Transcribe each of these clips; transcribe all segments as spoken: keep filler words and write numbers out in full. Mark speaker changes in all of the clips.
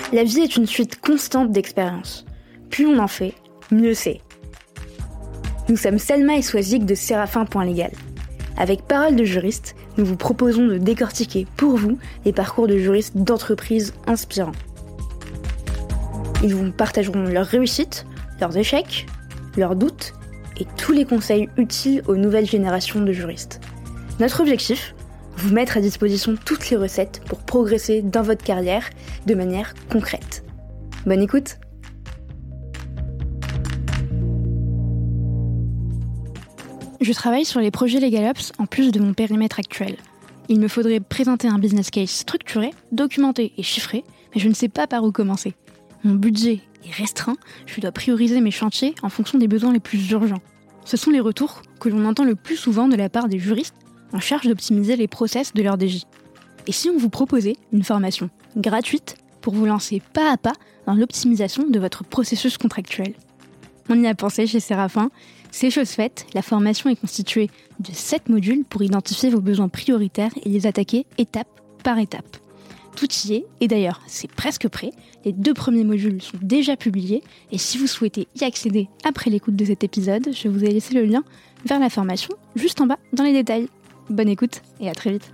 Speaker 1: La vie est une suite constante d'expériences. Plus on en fait, mieux c'est. Nous sommes Selma et Swazik de Séraphin point légal. Avec Parole de juriste, nous vous proposons de décortiquer pour vous les parcours de juristes d'entreprises inspirants. Ils vous partageront leurs réussites, leurs échecs, leurs doutes et tous les conseils utiles aux nouvelles générations de juristes. Notre objectif ? Vous mettre à disposition toutes les recettes pour progresser dans votre carrière de manière concrète. Bonne écoute! Je travaille sur les projets LegalOps en plus de mon périmètre actuel. Il me faudrait présenter un business case structuré, documenté et chiffré, mais je ne sais pas par où commencer. Mon budget est restreint, je dois prioriser mes chantiers en fonction des besoins les plus urgents. Ce sont les retours que l'on entend le plus souvent de la part des juristes en charge d'optimiser les process de leur D J. Et si on vous proposait une formation gratuite pour vous lancer pas à pas dans l'optimisation de votre processus contractuel ? On y a pensé chez Séraphin. C'est chose faite, la formation est constituée de sept modules pour identifier vos besoins prioritaires et les attaquer étape par étape. Tout y est, et d'ailleurs, c'est presque prêt. Les deux premiers modules sont déjà publiés, et si vous souhaitez y accéder après l'écoute de cet épisode, je vous ai laissé le lien vers la formation juste en bas dans les détails. Bonne écoute, et à très vite.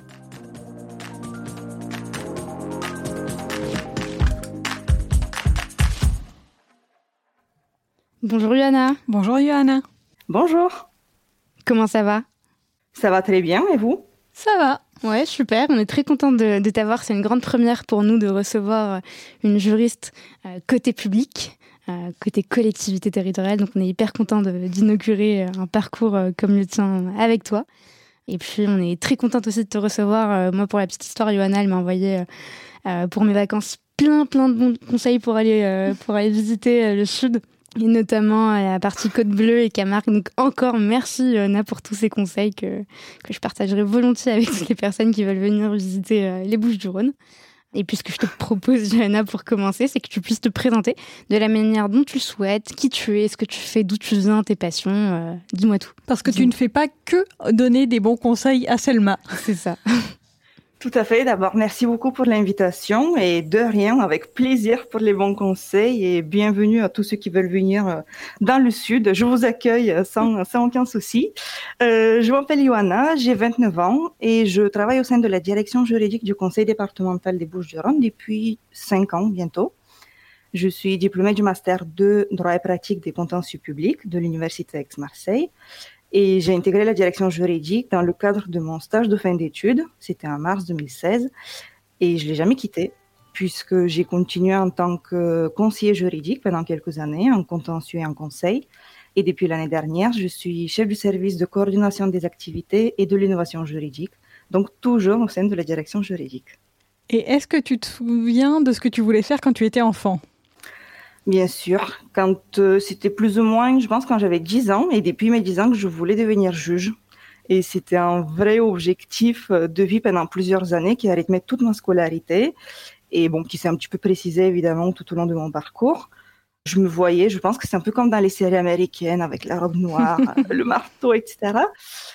Speaker 1: Bonjour Johanna.
Speaker 2: Bonjour Johanna.
Speaker 3: Bonjour.
Speaker 1: Comment ça va ?
Speaker 3: Ça va très bien, et vous ?
Speaker 2: Ça va.
Speaker 1: Ouais, super. On est très contents de, de t'avoir. C'est une grande première pour nous de recevoir une juriste euh, côté public, euh, côté collectivité territoriale. Donc on est hyper contents de, d'inaugurer un parcours euh, comme le tien avec toi. Et puis on est très contente aussi de te recevoir. Euh, moi, pour la petite histoire, Johanna, elle m'a envoyé euh, euh, pour mes vacances plein plein de bons conseils pour aller, euh, pour aller visiter euh, le sud. Et notamment la partie Côte Bleue et Camargue. Donc encore merci Johanna pour tous ces conseils que, que je partagerai volontiers avec toutes les personnes qui veulent venir visiter euh, les Bouches-du-Rhône. Et puis ce que je te propose Johanna pour commencer, c'est que tu puisses te présenter de la manière dont tu le souhaites, qui tu es, ce que tu fais, d'où tu viens, tes passions. Euh, dis-moi tout.
Speaker 2: Parce que
Speaker 1: dis-moi.
Speaker 2: Tu ne fais pas que donner des bons conseils à Selma.
Speaker 1: C'est ça.
Speaker 3: Tout à fait. D'abord, merci beaucoup pour l'invitation et de rien, avec plaisir pour les bons conseils et bienvenue à tous ceux qui veulent venir dans le sud. Je vous accueille sans, sans aucun souci. Euh, je m'appelle Johanna, j'ai vingt-neuf ans et je travaille au sein de la direction juridique du conseil départemental des Bouches-du-Rhône depuis cinq ans bientôt. Je suis diplômée du master de droit et pratique des contentieux publics de l'université Aix-Marseille. Et j'ai intégré la direction juridique dans le cadre de mon stage de fin d'études. C'était en mars deux mille seize. Et je ne l'ai jamais quitté, puisque j'ai continué en tant que conseiller juridique pendant quelques années, en contentieux et en conseil. Et depuis l'année dernière, je suis chef du service de coordination des activités et de l'innovation juridique, donc toujours au sein de la direction juridique.
Speaker 2: Et est-ce que tu te souviens de ce que tu voulais faire quand tu étais enfant ?
Speaker 3: Bien sûr, quand euh, c'était plus ou moins, je pense quand j'avais dix ans, et depuis mes dix ans que je voulais devenir juge. Et c'était un vrai objectif de vie pendant plusieurs années qui a rythmé toute ma scolarité et bon, qui s'est un petit peu précisé évidemment tout au long de mon parcours. Je me voyais, je pense que c'est un peu comme dans les séries américaines avec la robe noire, le marteau, et cetera.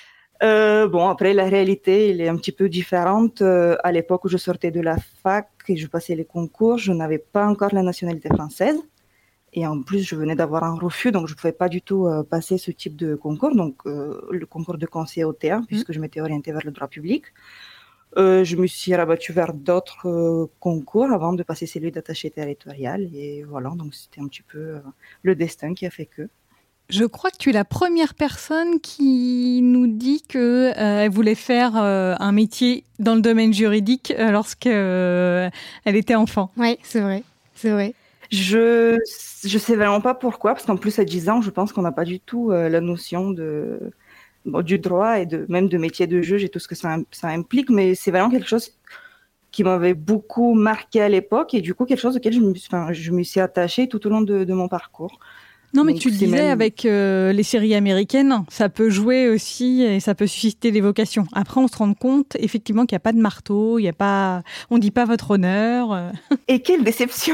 Speaker 3: Euh, bon, après, la réalité, elle est un petit peu différente. Euh, à l'époque où je sortais de la fac et je passais les concours, je n'avais pas encore la nationalité française. Et en plus, je venais d'avoir un refus, donc je ne pouvais pas du tout euh, passer ce type de concours, donc euh, le concours de conseiller au T A, mmh. puisque je m'étais orientée vers le droit public. Euh, je me suis rabattue vers d'autres euh, concours avant de passer celui d'attaché territorial. Et voilà, donc c'était un petit peu euh, le destin qui a fait que...
Speaker 2: Je crois que tu es la première personne qui nous dit qu'elle euh, voulait faire euh, un métier dans le domaine juridique euh, lorsqu'elle euh, était enfant.
Speaker 1: Oui, c'est vrai, c'est vrai.
Speaker 3: Je je sais vraiment pas pourquoi, parce qu'en plus à dix ans, je pense qu'on n'a pas du tout euh, la notion de bon, du droit et de même de métier de juge et tout ce que ça, ça implique, mais c'est vraiment quelque chose qui m'avait beaucoup marqué à l'époque et du coup quelque chose auquel je me, enfin, je me suis attachée tout au long de, de mon parcours.
Speaker 2: Non, mais
Speaker 3: Donc,
Speaker 2: tu le
Speaker 3: c'est
Speaker 2: disais,
Speaker 3: même-
Speaker 2: avec euh, les séries américaines, ça peut jouer aussi et ça peut susciter des vocations. Après, on se rend compte effectivement qu'il n'y a pas de marteau, il y a pas, on dit pas votre honneur. euh.
Speaker 3: Et quelle déception!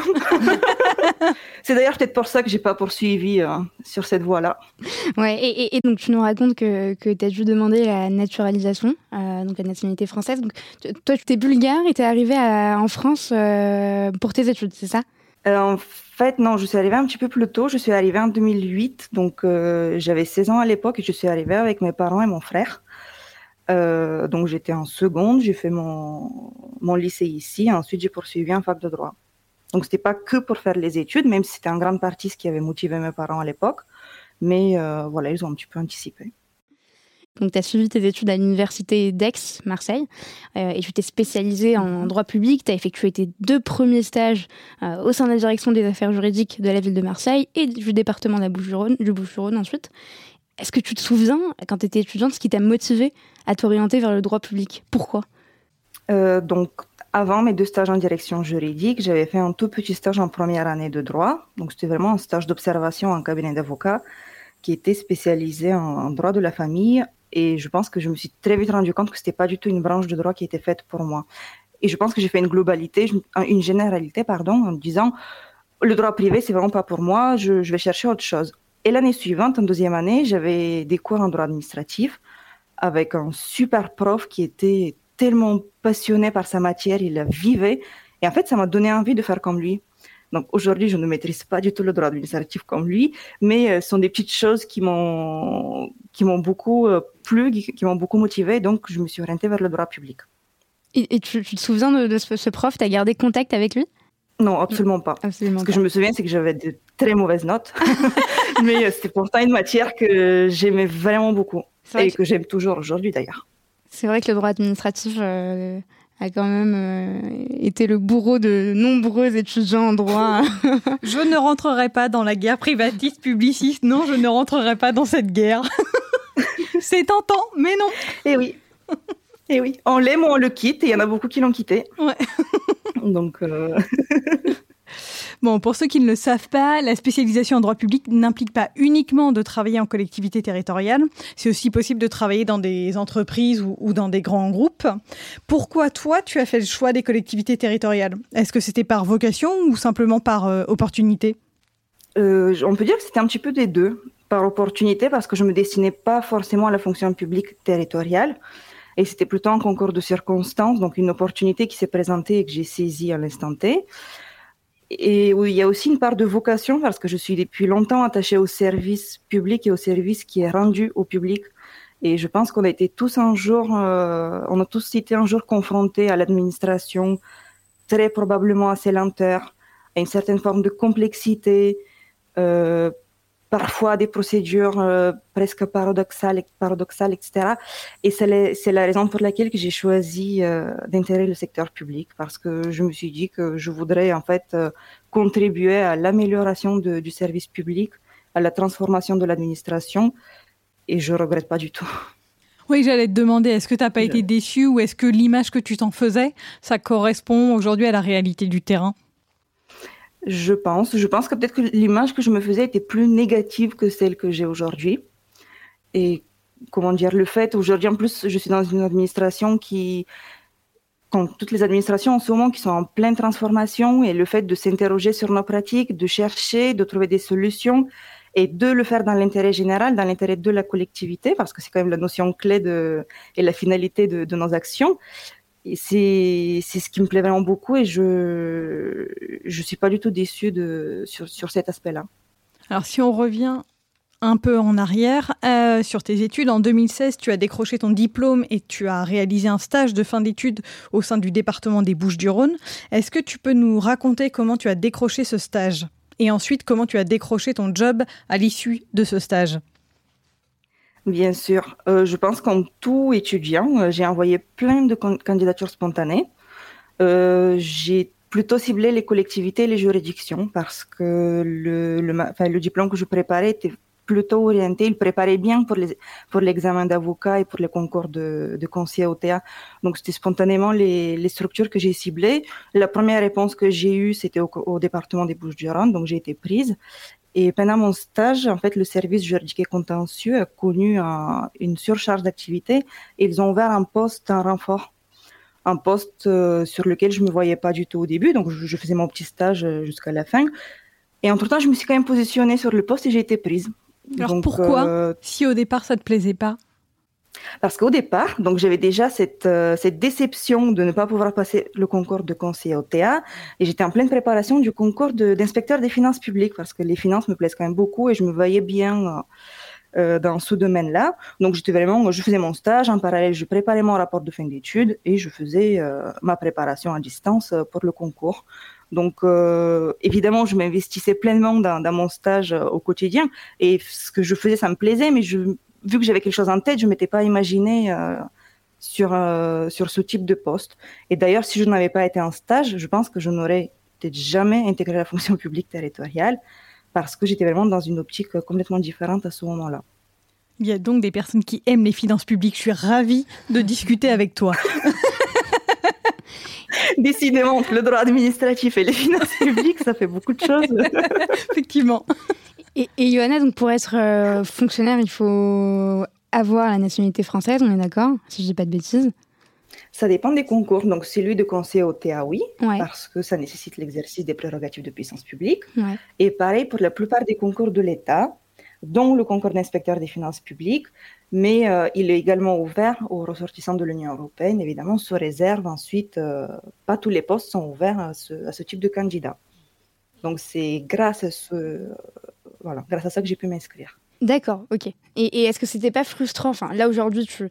Speaker 3: C'est d'ailleurs peut-être pour ça que j'ai pas poursuivi euh, sur cette voie-là.
Speaker 1: Ouais, et, et- et donc tu nous racontes que, que tu as dû demander la naturalisation, euh, donc la nationalité française. Donc, t- toi, tu es bulgare et tu es arrivé à- en France euh, pour tes études, c'est ça?
Speaker 3: Euh, en fait, non, je suis arrivée un petit peu plus tôt. Je suis arrivée en deux mille huit, donc euh, j'avais seize ans à l'époque et je suis arrivée avec mes parents et mon frère. Euh, donc j'étais en seconde, j'ai fait mon, mon lycée ici, et ensuite j'ai poursuivi en fac de droit. Donc c'était pas que pour faire les études, même si c'était en grande partie ce qui avait motivé mes parents à l'époque, mais euh, voilà, ils ont un petit peu anticipé.
Speaker 1: Donc, tu as suivi tes études à l'université d'Aix, Marseille, euh, et tu t'es spécialisée en droit public. Tu as effectué tes deux premiers stages euh, au sein de la direction des affaires juridiques de la ville de Marseille et du département de la Bouches-du-Rhône, du Bouches-du-Rhône ensuite. Est-ce que tu te souviens, quand tu étais étudiante, ce qui t'a motivée à t'orienter vers le droit public? Pourquoi?
Speaker 3: Euh, donc avant mes deux stages en direction juridique, j'avais fait un tout petit stage en première année de droit. Donc c'était vraiment un stage d'observation en cabinet d'avocat qui était spécialisé en, en droit de la famille. Et je pense que je me suis très vite rendu compte que c'était pas du tout une branche de droit qui était faite pour moi. Et je pense que j'ai fait une globalité, une généralité, pardon, en me disant le droit privé, c'est vraiment pas pour moi, je, je vais chercher autre chose. Et l'année suivante, en deuxième année, j'avais des cours en droit administratif avec un super prof qui était tellement passionné par sa matière, il la vivait. Et en fait, ça m'a donné envie de faire comme lui. Donc aujourd'hui, je ne maîtrise pas du tout le droit administratif comme lui, mais euh, ce sont des petites choses qui m'ont qui m'ont beaucoup euh, plu, qui, qui m'ont beaucoup motivée. Donc je me suis orientée vers le droit public.
Speaker 1: Et, et tu, tu te souviens de, de ce, ce prof? Tu as gardé contact avec lui?
Speaker 3: Non, absolument pas.
Speaker 1: Absolument
Speaker 3: Ce que
Speaker 1: pas.
Speaker 3: je me souviens, c'est que j'avais de très mauvaises notes, mais euh, c'était pourtant une matière que j'aimais vraiment beaucoup
Speaker 1: C'est vrai
Speaker 3: et
Speaker 1: que-
Speaker 3: que j'aime toujours aujourd'hui d'ailleurs.
Speaker 1: C'est vrai que le droit administratif euh, a quand même euh, été le bourreau de nombreux étudiants en droit.
Speaker 2: Je ne rentrerai pas dans la guerre privatiste-publiciste. Non, je ne rentrerai pas dans cette guerre. C'est tentant, mais non.
Speaker 3: Et oui, et oui, on l'aime ou on le quitte, et il y en a beaucoup qui l'ont quitté.
Speaker 2: Ouais.
Speaker 3: Donc, euh...
Speaker 2: Bon, pour ceux qui ne le savent pas, la spécialisation en droit public n'implique pas uniquement de travailler en collectivité territoriale. C'est aussi possible de travailler dans des entreprises ou, ou dans des grands groupes. Pourquoi toi, tu as fait le choix des collectivités territoriales? Est-ce que c'était par vocation ou simplement par euh, opportunité?
Speaker 3: euh, on peut dire que c'était un petit peu des deux. Par opportunité, parce que je me destinais pas forcément à la fonction publique territoriale. Et c'était plutôt un concours de circonstances, donc une opportunité qui s'est présentée et que j'ai saisie à l'instant T. Et oui, il y a aussi une part de vocation, parce que je suis depuis longtemps attachée au service public et au service qui est rendu au public. Et je pense qu'on a été tous un jour, euh, on a tous été un jour confrontés à l'administration, très probablement à ses lenteurs, à une certaine forme de complexité, euh, parfois des procédures euh, presque paradoxales, paradoxales, et cetera. Et c'est, les, c'est la raison pour laquelle que j'ai choisi euh, d'intégrer le secteur public, parce que je me suis dit que je voudrais en fait euh, contribuer à l'amélioration de, du service public, à la transformation de l'administration, et je regrette pas du tout.
Speaker 2: Oui, j'allais te demander, est-ce que tu n'as pas
Speaker 3: Je...
Speaker 2: été déçu ou est-ce que l'image que tu t'en faisais, ça correspond aujourd'hui à la réalité du terrain?
Speaker 3: Je pense. Je pense que peut-être que l'image que je me faisais était plus négative que celle que j'ai aujourd'hui. Et comment dire, le fait, aujourd'hui en plus, je suis dans une administration qui, comme toutes les administrations en ce moment, qui sont en pleine transformation, et le fait de s'interroger sur nos pratiques, de chercher, de trouver des solutions, et de le faire dans l'intérêt général, dans l'intérêt de la collectivité, parce que c'est quand même la notion clé de, et la finalité de, de nos actions. Et c'est, c'est ce qui me plaît vraiment beaucoup, et je je suis pas du tout déçue de, sur, sur cet aspect-là.
Speaker 2: Alors, si on revient un peu en arrière, euh, sur tes études, en deux mille seize, tu as décroché ton diplôme et tu as réalisé un stage de fin d'études au sein du département des Bouches-du-Rhône. Est-ce que tu peux nous raconter comment tu as décroché ce stage? Et ensuite, comment tu as décroché ton job à l'issue de ce stage?
Speaker 3: Bien sûr. Euh, je pense qu'en tout étudiant, euh, j'ai envoyé plein de can- candidatures spontanées. Euh, j'ai plutôt ciblé les collectivités et les juridictions parce que le, le, enfin, le diplôme que je préparais était plutôt orienté. Il préparait bien pour, les, pour l'examen d'avocat et pour les concours de, de conseiller O T A. Donc, c'était spontanément les, les structures que j'ai ciblées. La première réponse que j'ai eue, c'était au, au département des Bouches-du-Rhône, donc j'ai été prise. Et pendant mon stage, en fait, le service juridique et contentieux a connu un, une surcharge d'activité et ils ont ouvert un poste, un renfort, un poste euh, sur lequel je me voyais pas du tout au début. Donc, je, je faisais mon petit stage jusqu'à la fin. Et entre-temps, je me suis quand même positionnée sur le poste et j'ai été prise.
Speaker 2: Alors
Speaker 3: donc,
Speaker 2: pourquoi,
Speaker 3: euh,
Speaker 2: si au départ ça te plaisait pas?
Speaker 3: Parce qu'au départ, donc j'avais déjà cette euh, cette déception de ne pas pouvoir passer le concours de conseiller au T A et j'étais en pleine préparation du concours de, d'inspecteur des finances publiques parce que les finances me plaisent quand même beaucoup et je me voyais bien euh, dans ce domaine-là. Donc j'étais vraiment, je faisais mon stage en parallèle, je préparais mon rapport de fin d'études et je faisais euh, ma préparation à distance pour le concours. Donc euh, évidemment, je m'investissais pleinement dans, dans mon stage euh, au quotidien et ce que je faisais, ça me plaisait, mais je vu que j'avais quelque chose en tête, je m'étais pas imaginée euh, sur euh, sur ce type de poste. Et d'ailleurs, si je n'avais pas été en stage, je pense que je n'aurais peut-être jamais intégré la fonction publique territoriale parce que j'étais vraiment dans une optique complètement différente à ce moment-là.
Speaker 2: Il y a donc des personnes qui aiment les finances publiques. Je suis ravie de discuter avec toi.
Speaker 3: Décidément, le droit administratif et les finances publiques, ça fait beaucoup de choses.
Speaker 2: Effectivement.
Speaker 1: Et, et Johanna, donc pour être euh, fonctionnaire, il faut avoir la nationalité française, on est d'accord, si je dis pas de bêtises?
Speaker 3: Ça dépend des concours. Donc, celui de conseiller au T A, oui,
Speaker 1: ouais.
Speaker 3: parce que ça nécessite l'exercice des prérogatives de puissance publique.
Speaker 1: Ouais.
Speaker 3: Et pareil pour la plupart des concours de l'État, dont le concours d'inspecteur des finances publiques, mais euh, il est également ouvert aux ressortissants de l'Union européenne, évidemment, sous réserve. Ensuite, euh, pas tous les postes sont ouverts à ce, à ce type de candidat. Donc, c'est grâce à ce... Euh, Voilà, grâce à ça que j'ai pu m'inscrire.
Speaker 1: D'accord, ok. Et, et est-ce que c'était pas frustrant? Enfin, là aujourd'hui, il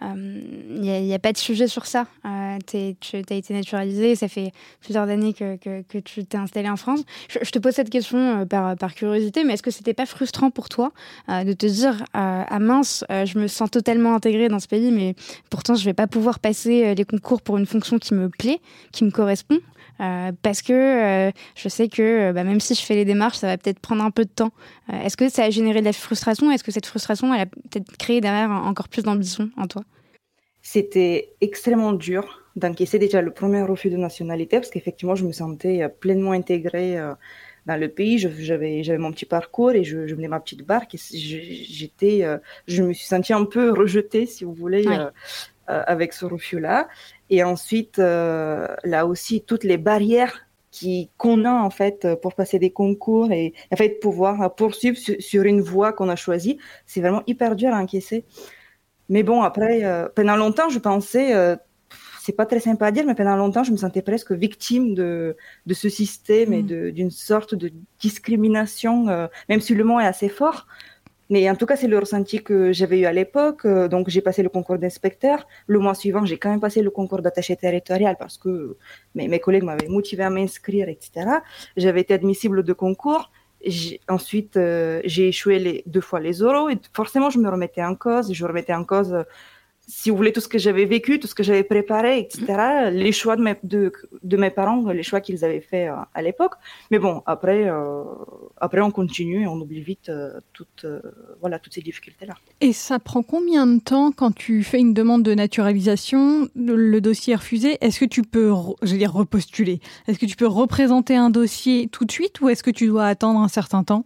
Speaker 1: euh, n'y a, a pas de sujet sur ça. Euh, tu as été naturalisée, ça fait plusieurs années que, que, que tu t'es installée en France. Je, je te pose cette question euh, par, par curiosité, mais est-ce que c'était pas frustrant pour toi euh, de te dire euh, ah mince, euh, je me sens totalement intégrée dans ce pays, mais pourtant je vais pas pouvoir passer les concours pour une fonction qui me plaît, qui me correspond? Euh, parce que euh, je sais que euh, bah, même si je fais les démarches, ça va peut-être prendre un peu de temps. Euh, est-ce que ça a généré de la frustration? Est-ce que cette frustration, elle a peut-être créé derrière encore plus d'ambition en toi?
Speaker 3: C'était extrêmement dur d'encaisser déjà le premier refus de nationalité parce qu'effectivement, je me sentais euh, pleinement intégrée euh, dans le pays. Je, j'avais, j'avais mon petit parcours et je, je menais ma petite barque. Et j'étais, euh, je me suis sentie un peu rejetée, si vous voulez, ouais. euh, euh, avec ce refus-là. Et ensuite, euh, là aussi, toutes les barrières qui, qu'on a en fait pour passer des concours et en fait pouvoir poursuivre sur, sur une voie qu'on a choisie, c'est vraiment hyper dur à encaisser. Mais bon, après, euh, pendant longtemps, je pensais, euh, c'est pas très sympa à dire, mais pendant longtemps, je me sentais presque victime de de ce système mmh. et de, d'une sorte de discrimination, euh, même si le mot est assez fort. Mais en tout cas, c'est le ressenti que j'avais eu à l'époque. Donc, j'ai passé le concours d'inspecteur. Le mois suivant, j'ai quand même passé le concours d'attaché territorial parce que mes, mes collègues m'avaient motivé à m'inscrire, et cetera. J'avais été admissible de concours. J'ai, ensuite, euh, j'ai échoué les, deux fois les oraux. Et forcément, je me remettais en cause. Je remettais en cause, euh, si vous voulez, tout ce que j'avais vécu, tout ce que j'avais préparé, et cetera. Les choix de mes, de, de mes parents, les choix qu'ils avaient faits euh, à l'époque. Mais bon, après, euh, après on continue et on oublie vite euh, toutes, euh, voilà, toutes ces difficultés-là.
Speaker 2: Et ça prend combien de temps quand tu fais une demande de naturalisation, le, le dossier est refusé? Est-ce que tu peux, je vais dire, repostuler? Est-ce que tu peux représenter un dossier tout de suite ou est-ce que tu dois attendre un certain temps?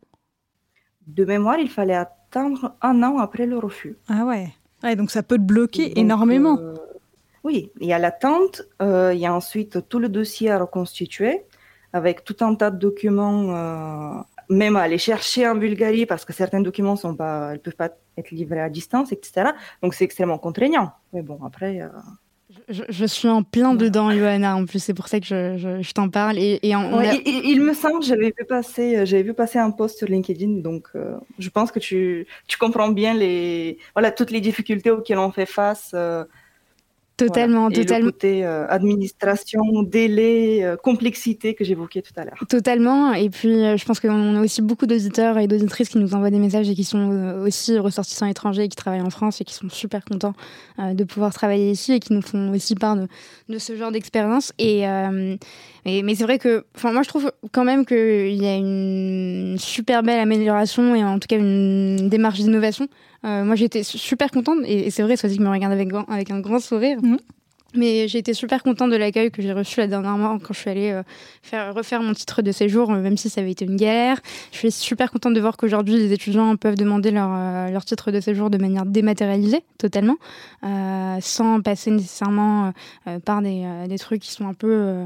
Speaker 3: De mémoire, il fallait attendre un an après le refus.
Speaker 2: Ah ouais. Ouais, donc ça peut te bloquer donc, énormément. Euh,
Speaker 3: oui, il y a l'attente, euh, il y a ensuite tout le dossier à reconstituer avec tout un tas de documents, euh, même à aller chercher en Bulgarie parce que certains documents sont pas, ils peuvent pas être livrés à distance, et cetera. Donc c'est extrêmement contraignant. Mais bon, après. Euh...
Speaker 1: Je, je suis en plein dedans, Johanna. En plus, c'est pour ça que je, je, je t'en parle. Et, et en,
Speaker 3: ouais,
Speaker 1: a...
Speaker 3: il, il me semble, j'avais vu passer, j'avais vu passer un post sur LinkedIn, donc euh, je pense que tu, tu comprends bien les, voilà, toutes les difficultés auxquelles on fait face. Euh,
Speaker 1: Totalement,
Speaker 3: voilà. Et
Speaker 1: totalement.
Speaker 3: le côté euh, administration, délai, euh, complexité que j'évoquais tout à l'heure.
Speaker 1: Totalement. Et puis, euh, je pense qu'on a aussi beaucoup d'auditeurs et d'auditrices qui nous envoient des messages et qui sont euh, aussi ressortissants étrangers et qui travaillent en France et qui sont super contents euh, de pouvoir travailler ici et qui nous font aussi part de, de ce genre d'expérience. Et, euh, et mais c'est vrai que, enfin, moi, je trouve quand même qu'il y a une super belle amélioration et en tout cas une démarche d'innovation. Euh, moi, j'étais super contente et, et c'est vrai, Soisy me regarde avec, avec un grand sourire. Mmh. Mais j'ai été super contente de l'accueil que j'ai reçu la dernière fois quand je suis allée euh, faire, refaire mon titre de séjour, euh, même si ça avait été une galère. Je suis super contente de voir qu'aujourd'hui, les étudiants peuvent demander leur, euh, leur titre de séjour de manière dématérialisée, totalement, euh, sans passer nécessairement euh, par des, euh, des trucs qui sont un peu... Euh,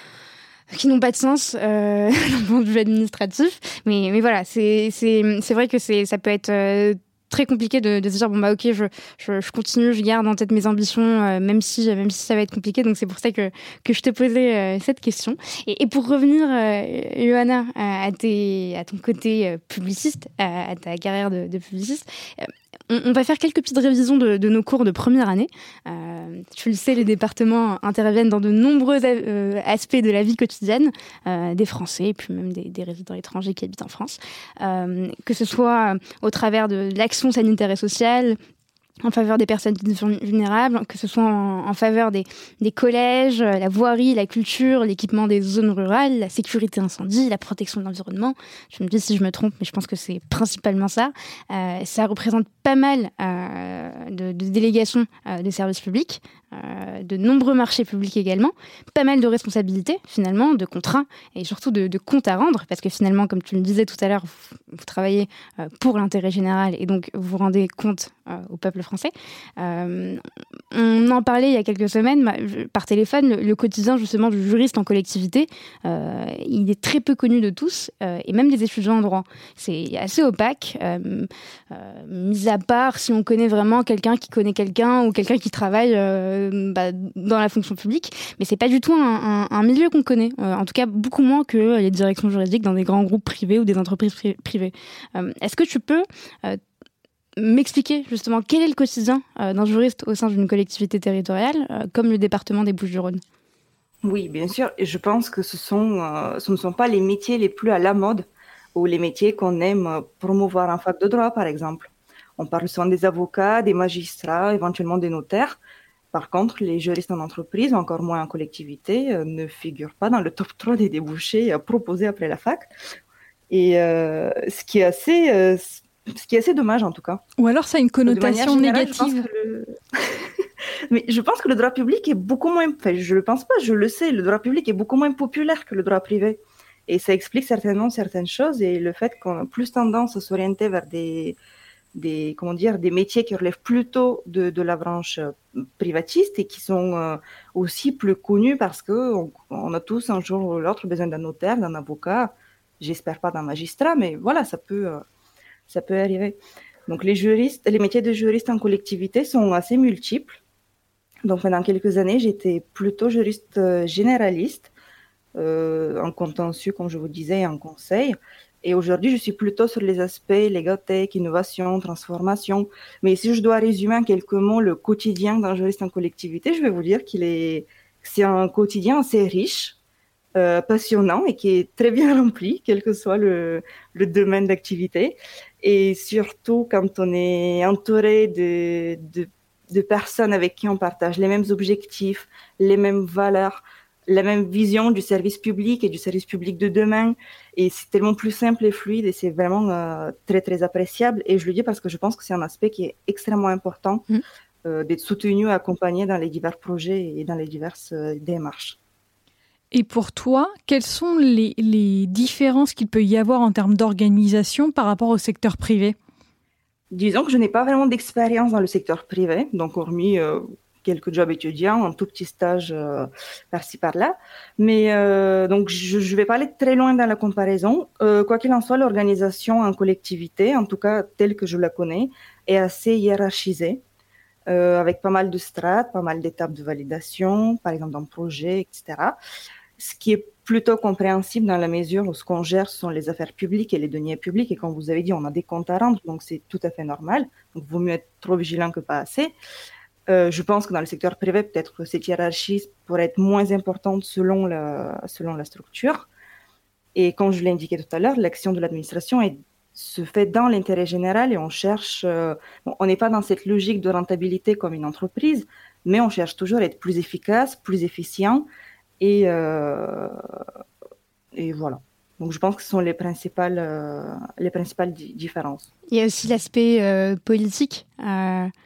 Speaker 1: qui n'ont pas de sens euh, d'un point de vue administratif. Mais, mais voilà, c'est, c'est, c'est vrai que c'est, ça peut être... Euh, très compliqué de, de se dire bon bah ok je, je, je continue, je garde en tête mes ambitions euh, même si même si ça va être compliqué, donc c'est pour ça que que je te posais euh, cette question. Et, et pour revenir euh, Johanna à, tes, à ton côté euh, publiciste, à, à ta carrière de, de publiciste, euh, on, on va faire quelques petites révisions de, de nos cours de première année. Euh, tu le sais, les départements interviennent dans de nombreux euh, aspects de la vie quotidienne euh, des Français et puis même des, des résidents étrangers qui habitent en France, euh, que ce soit au travers de l'action sanitaire et sociale, en faveur des personnes vulnérables, que ce soit en, en faveur des, des collèges, la voirie, la culture, l'équipement des zones rurales, la sécurité incendie, la protection de l'environnement. Je me dis si je me trompe, mais je pense que c'est principalement ça. Euh, ça représente pas mal euh, de, de délégations euh, des services publics, euh, de nombreux marchés publics également, pas mal de responsabilités finalement, de contrats et surtout de, de comptes à rendre, parce que finalement, comme tu le disais tout à l'heure, vous, vous travaillez euh, pour l'intérêt général et donc vous rendez compte euh, au peuple français. Euh, on en parlait il y a quelques semaines par téléphone, le, le quotidien justement du juriste en collectivité, euh, il est très peu connu de tous, euh, et même des étudiants en droit. C'est assez opaque, euh, euh, mis à part si on connaît vraiment quelqu'un qui connaît quelqu'un ou quelqu'un qui travaille euh, bah, dans la fonction publique, mais c'est pas du tout un, un, un milieu qu'on connaît, euh, en tout cas beaucoup moins que les directions juridiques dans des grands groupes privés ou des entreprises pri- privées. Euh, est-ce que tu peux euh, m'expliquer justement quel est le quotidien euh, d'un juriste au sein d'une collectivité territoriale, euh, comme le département des Bouches-du-Rhône?
Speaker 3: Oui, bien sûr. Et je pense que ce, sont, euh, ce ne sont pas les métiers les plus à la mode ou les métiers qu'on aime promouvoir en fac de droit, par exemple. On parle souvent des avocats, des magistrats, éventuellement des notaires. Par contre, les juristes en entreprise, encore moins en collectivité, euh, ne figurent pas dans le top trois des débouchés euh, proposés après la fac. Et euh, ce qui est assez... Euh, Ce qui est assez dommage, en tout cas.
Speaker 2: Ou alors, ça a une connotation
Speaker 3: générale,
Speaker 2: négative.
Speaker 3: Je le... Mais je pense que le droit public est beaucoup moins... Enfin, je le pense pas, je le sais. Le droit public est beaucoup moins populaire que le droit privé. Et ça explique certainement certaines choses. Et le fait qu'on a plus tendance à s'orienter vers des, des, comment dire, des métiers qui relèvent plutôt de, de la branche privatiste et qui sont euh, aussi plus connus parce qu'on on a tous un jour ou l'autre besoin d'un notaire, d'un avocat. J'espère pas d'un magistrat, mais voilà, ça peut... Euh, Ça peut arriver. Donc, les juristes, les métiers de juriste en collectivité sont assez multiples. Donc, pendant quelques années, j'étais plutôt juriste généraliste, euh, en contentieux, comme je vous disais, et en conseil. Et aujourd'hui, je suis plutôt sur les aspects légotech, innovation, transformation. Mais si je dois résumer en quelques mots le quotidien d'un juriste en collectivité, je vais vous dire qu'il est, c'est un quotidien assez riche, Euh, passionnant et qui est très bien rempli, quel que soit le, le domaine d'activité. Et surtout, quand on est entouré de, de, de personnes avec qui on partage les mêmes objectifs, les mêmes valeurs, la même vision du service public et du service public de demain. Et c'est tellement plus simple et fluide et c'est vraiment euh, très, très appréciable. Et je le dis parce que je pense que c'est un aspect qui est extrêmement important, mmh. euh, d'être soutenu, accompagné dans les divers projets et dans les diverses euh, démarches.
Speaker 2: Et pour toi, quelles sont les, les différences qu'il peut y avoir en termes d'organisation par rapport au secteur privé ?
Speaker 3: Disons que je n'ai pas vraiment d'expérience dans le secteur privé, donc hormis euh, quelques jobs étudiants, un tout petit stage euh, par-ci par-là. Mais euh, donc je ne vais pas aller très loin dans la comparaison. Euh, quoi qu'il en soit, l'organisation en collectivité, en tout cas telle que je la connais, est assez hiérarchisée, euh, avec pas mal de strates, pas mal d'étapes de validation, par exemple d'un projet, et cetera. Ce qui est plutôt compréhensible dans la mesure où ce qu'on gère ce sont les affaires publiques et les deniers publics. Et comme vous avez dit, on a des comptes à rendre, donc c'est tout à fait normal. Donc, il vaut mieux être trop vigilant que pas assez. Euh, je pense que dans le secteur privé, peut-être que cette hiérarchie pourrait être moins importante selon la, selon la structure. Et comme je l'ai indiqué tout à l'heure, l'action de l'administration est, se fait dans l'intérêt général et on cherche... Euh, bon, on n'est pas dans cette logique de rentabilité comme une entreprise, mais on cherche toujours à être plus efficace, plus efficient. Et, euh, et voilà. Donc, je pense que ce sont les principales, euh, les principales di- différences.
Speaker 1: Il y a aussi l'aspect euh, politique. Euh,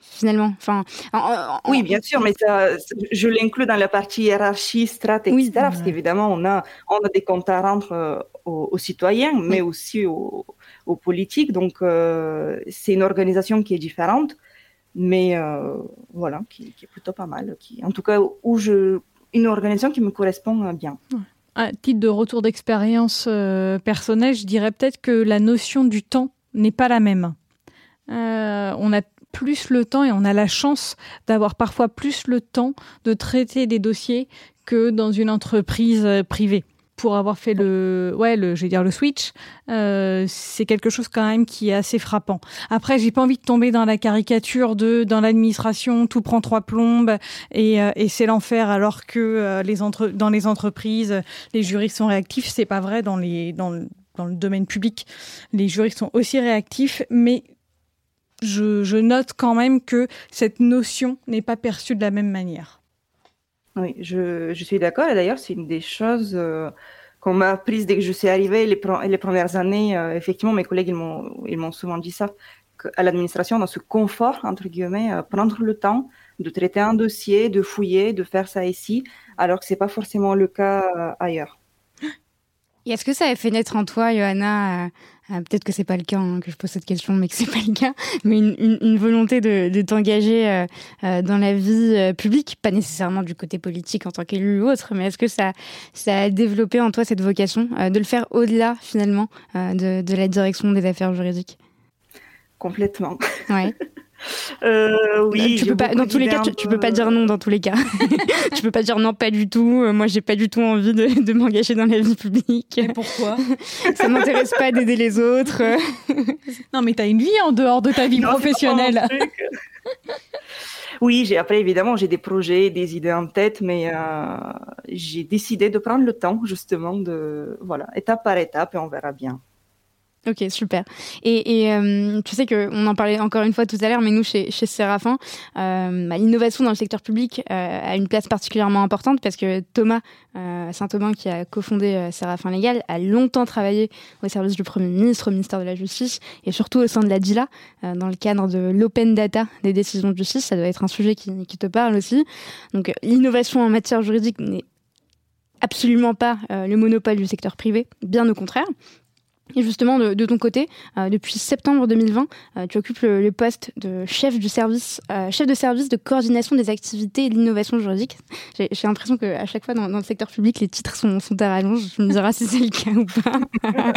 Speaker 1: finalement. Enfin, en, en,
Speaker 3: oui, bien sûr, mais ça, je l'inclus dans la partie hiérarchie, strat, et cetera. Oui, parce ouais. qu'évidemment, on a, on a des comptes à rendre euh, aux, aux citoyens, mais oui. aussi aux, aux politiques. Donc, euh, c'est une organisation qui est différente, mais euh, voilà, qui, qui est plutôt pas mal. Qui, en tout cas, où je, une organisation qui me correspond bien.
Speaker 2: Ouais. À titre de retour d'expérience euh, personnelle, je dirais peut-être que la notion du temps n'est pas la même. Euh, on a plus le temps et on a la chance d'avoir parfois plus le temps de traiter des dossiers que dans une entreprise privée. Pour avoir fait le, ouais, le, je vais dire le switch, euh, c'est quelque chose quand même qui est assez frappant. Après, j'ai pas envie de tomber dans la caricature de dans l'administration tout prend trois plombes et, euh, et c'est l'enfer alors que euh, les entre, dans les entreprises les juristes sont réactifs. C'est pas vrai dans les dans le, dans le domaine public. Les juristes sont aussi réactifs, mais je, je note quand même que cette notion n'est pas perçue de la même manière.
Speaker 3: Oui, je, je suis d'accord. Et d'ailleurs, c'est une des choses euh, qu'on m'a apprises dès que je suis arrivée. Les, pre- les premières années, euh, effectivement, mes collègues ils m'ont, ils m'ont souvent dit ça, qu'à l'administration, dans ce confort, entre guillemets, euh, prendre le temps de traiter un dossier, de fouiller, de faire ça ici, alors que c'est pas forcément le cas euh, ailleurs.
Speaker 1: Et est-ce que ça a fait naître en toi, Johanna, euh, euh, peut-être que c'est pas le cas hein, que je pose cette question, mais que c'est pas le cas, mais une, une, une volonté de, de t'engager euh, euh, dans la vie euh, publique, pas nécessairement du côté politique en tant qu'élu ou autre, mais est-ce que ça, ça a développé en toi cette vocation euh, de le faire au-delà finalement euh, de, de la direction des affaires juridiques ?
Speaker 3: Complètement.
Speaker 1: Ouais.
Speaker 3: Euh, oui,
Speaker 1: tu peux pas, dans tous les cas, tu, tu peux pas dire non dans tous les cas. Tu peux pas dire non, pas du tout. Moi, j'ai pas du tout envie de, de m'engager dans la vie publique.
Speaker 2: Et pourquoi ?
Speaker 1: Ça m'intéresse pas d'aider les autres.
Speaker 2: Non, mais t'as une vie en dehors de ta vie non, professionnelle.
Speaker 3: Oui, j'ai, après, évidemment, j'ai des projets, des idées en tête, mais euh, j'ai décidé de prendre le temps, justement, de, voilà, étape par étape, et on verra bien.
Speaker 1: Ok, super. Et, et euh, tu sais qu'on en parlait encore une fois tout à l'heure, mais nous, chez, chez Séraphin, euh, bah, l'innovation dans le secteur public euh, a une place particulièrement importante parce que Thomas euh, Saint-Aubin, qui a cofondé euh, Séraphin Légal, a longtemps travaillé au service du Premier ministre, au ministère de la Justice et surtout au sein de la D I L A, euh, dans le cadre de l'open data des décisions de justice. Ça doit être un sujet qui, qui te parle aussi. Donc, l'innovation en matière juridique n'est absolument pas euh, le monopole du secteur privé, bien au contraire. Et justement, de, de ton côté, euh, depuis septembre deux mille vingt, euh, tu occupes le, le poste de chef du service, euh, chef de service de coordination des activités et de l'innovation juridique. J'ai, j'ai l'impression qu'à chaque fois, dans, dans le secteur public, les titres sont, sont à rallonge. Tu me diras si c'est le cas ou pas.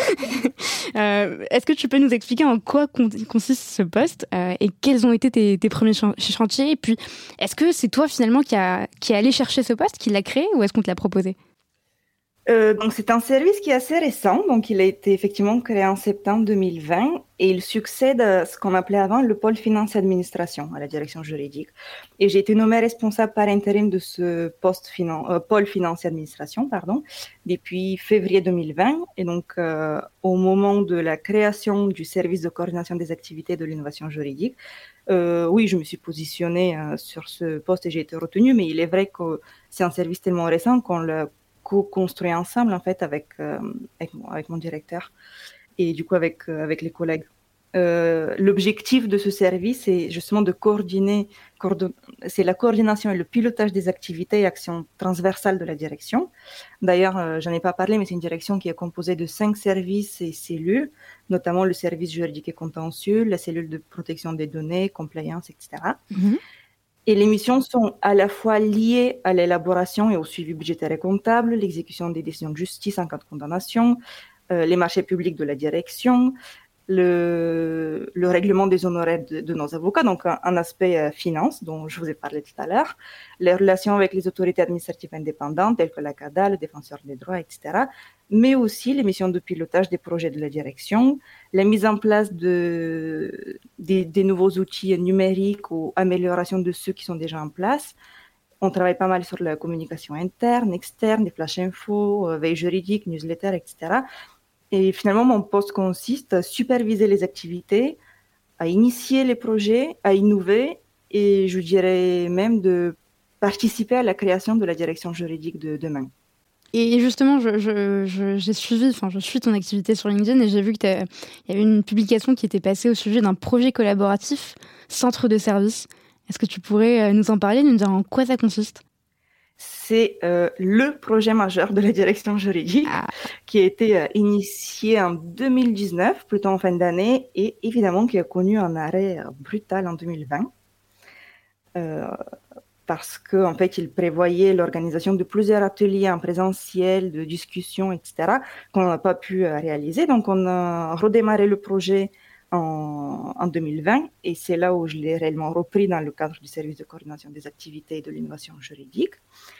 Speaker 1: euh, est-ce que tu peux nous expliquer en quoi consiste ce poste euh, et quels ont été tes, tes premiers chantiers ? Et puis, est-ce que c'est toi, finalement, qui a, qui a allé chercher ce poste, qui l'a créé, ou est-ce qu'on te l'a proposé ?
Speaker 3: Euh, donc c'est un service qui est assez récent, donc il a été effectivement créé en septembre deux mille vingt et il succède à ce qu'on appelait avant le pôle finance et administration à la direction juridique. Et j'ai été nommée responsable par intérim de ce poste finan- euh, pôle finance et administration, pardon, depuis février deux mille vingt. Et donc euh, au moment de la création du service de coordination des activités de l'innovation juridique, euh, oui, je me suis positionnée euh, sur ce poste et j'ai été retenue, mais il est vrai que c'est un service tellement récent qu'on l'a co-construit ensemble en fait avec euh, avec, mon, avec mon directeur et du coup avec euh, avec les collègues. Euh, l'objectif de ce service est justement de coordonner, coordon- c'est la coordination et le pilotage des activités et actions transversales de la direction. D'ailleurs, euh, j'en ai pas parlé, mais c'est une direction qui est composée de cinq services et cellules, notamment le service juridique et contentieux, la cellule de protection des données, compliance, et cetera. Mm-hmm. Et les missions sont à la fois liées à l'élaboration et au suivi budgétaire et comptable, l'exécution des décisions de justice en cas de condamnation, euh, les marchés publics de la direction, le, le règlement des honoraires de, de nos avocats, donc un, un aspect euh, finance dont je vous ai parlé tout à l'heure, les relations avec les autorités administratives indépendantes telles que la C A D A, le défenseur des droits, et cetera, mais aussi les missions de pilotage des projets de la direction, la mise en place de, des, des nouveaux outils numériques ou amélioration de ceux qui sont déjà en place. On travaille pas mal sur la communication interne, externe, des flash infos, euh, veille juridique, newsletter, et cetera. Et finalement, mon poste consiste à superviser les activités, à initier les projets, à innover et je dirais même de participer à la création de la direction juridique de demain.
Speaker 1: Et justement, je, je, je, j'ai suivi, enfin, je suis ton activité sur LinkedIn et j'ai vu qu'il y avait une publication qui était passée au sujet d'un projet collaboratif, centre de service. Est-ce que tu pourrais nous en parler, nous dire en quoi ça consiste ?
Speaker 3: C'est euh, le projet majeur de la direction juridique ah. qui a été euh, initié en deux mille dix-neuf, plutôt en fin d'année, et évidemment qui a connu un arrêt euh, brutal en deux mille vingt. Euh, parce qu'en en fait, il prévoyait l'organisation de plusieurs ateliers en présentiel, de discussions, et cetera, qu'on n'a pas pu euh, réaliser. Donc, on a redémarré le projet en, en deux mille vingt, et c'est là où je l'ai réellement repris dans le cadre du service de coordination des activités et de l'innovation juridique.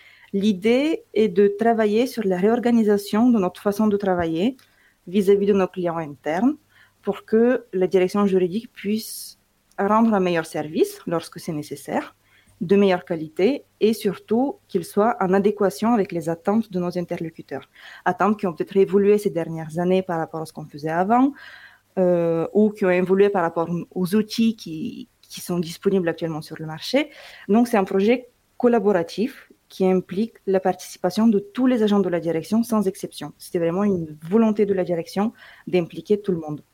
Speaker 3: L'idée est de travailler sur la réorganisation de notre façon de travailler vis-à-vis de nos clients internes pour que la direction juridique puisse rendre un meilleur service lorsque c'est nécessaire, de meilleure qualité et surtout qu'il soit en adéquation avec les attentes de nos interlocuteurs. Attentes qui ont peut-être évolué ces dernières années par rapport à ce qu'on faisait avant euh, ou qui ont évolué par rapport aux outils qui, qui sont disponibles actuellement sur le marché. Donc, c'est un projet collaboratif qui implique la participation de tous les agents de la direction sans exception. C'était vraiment une volonté de la direction d'impliquer tout le monde.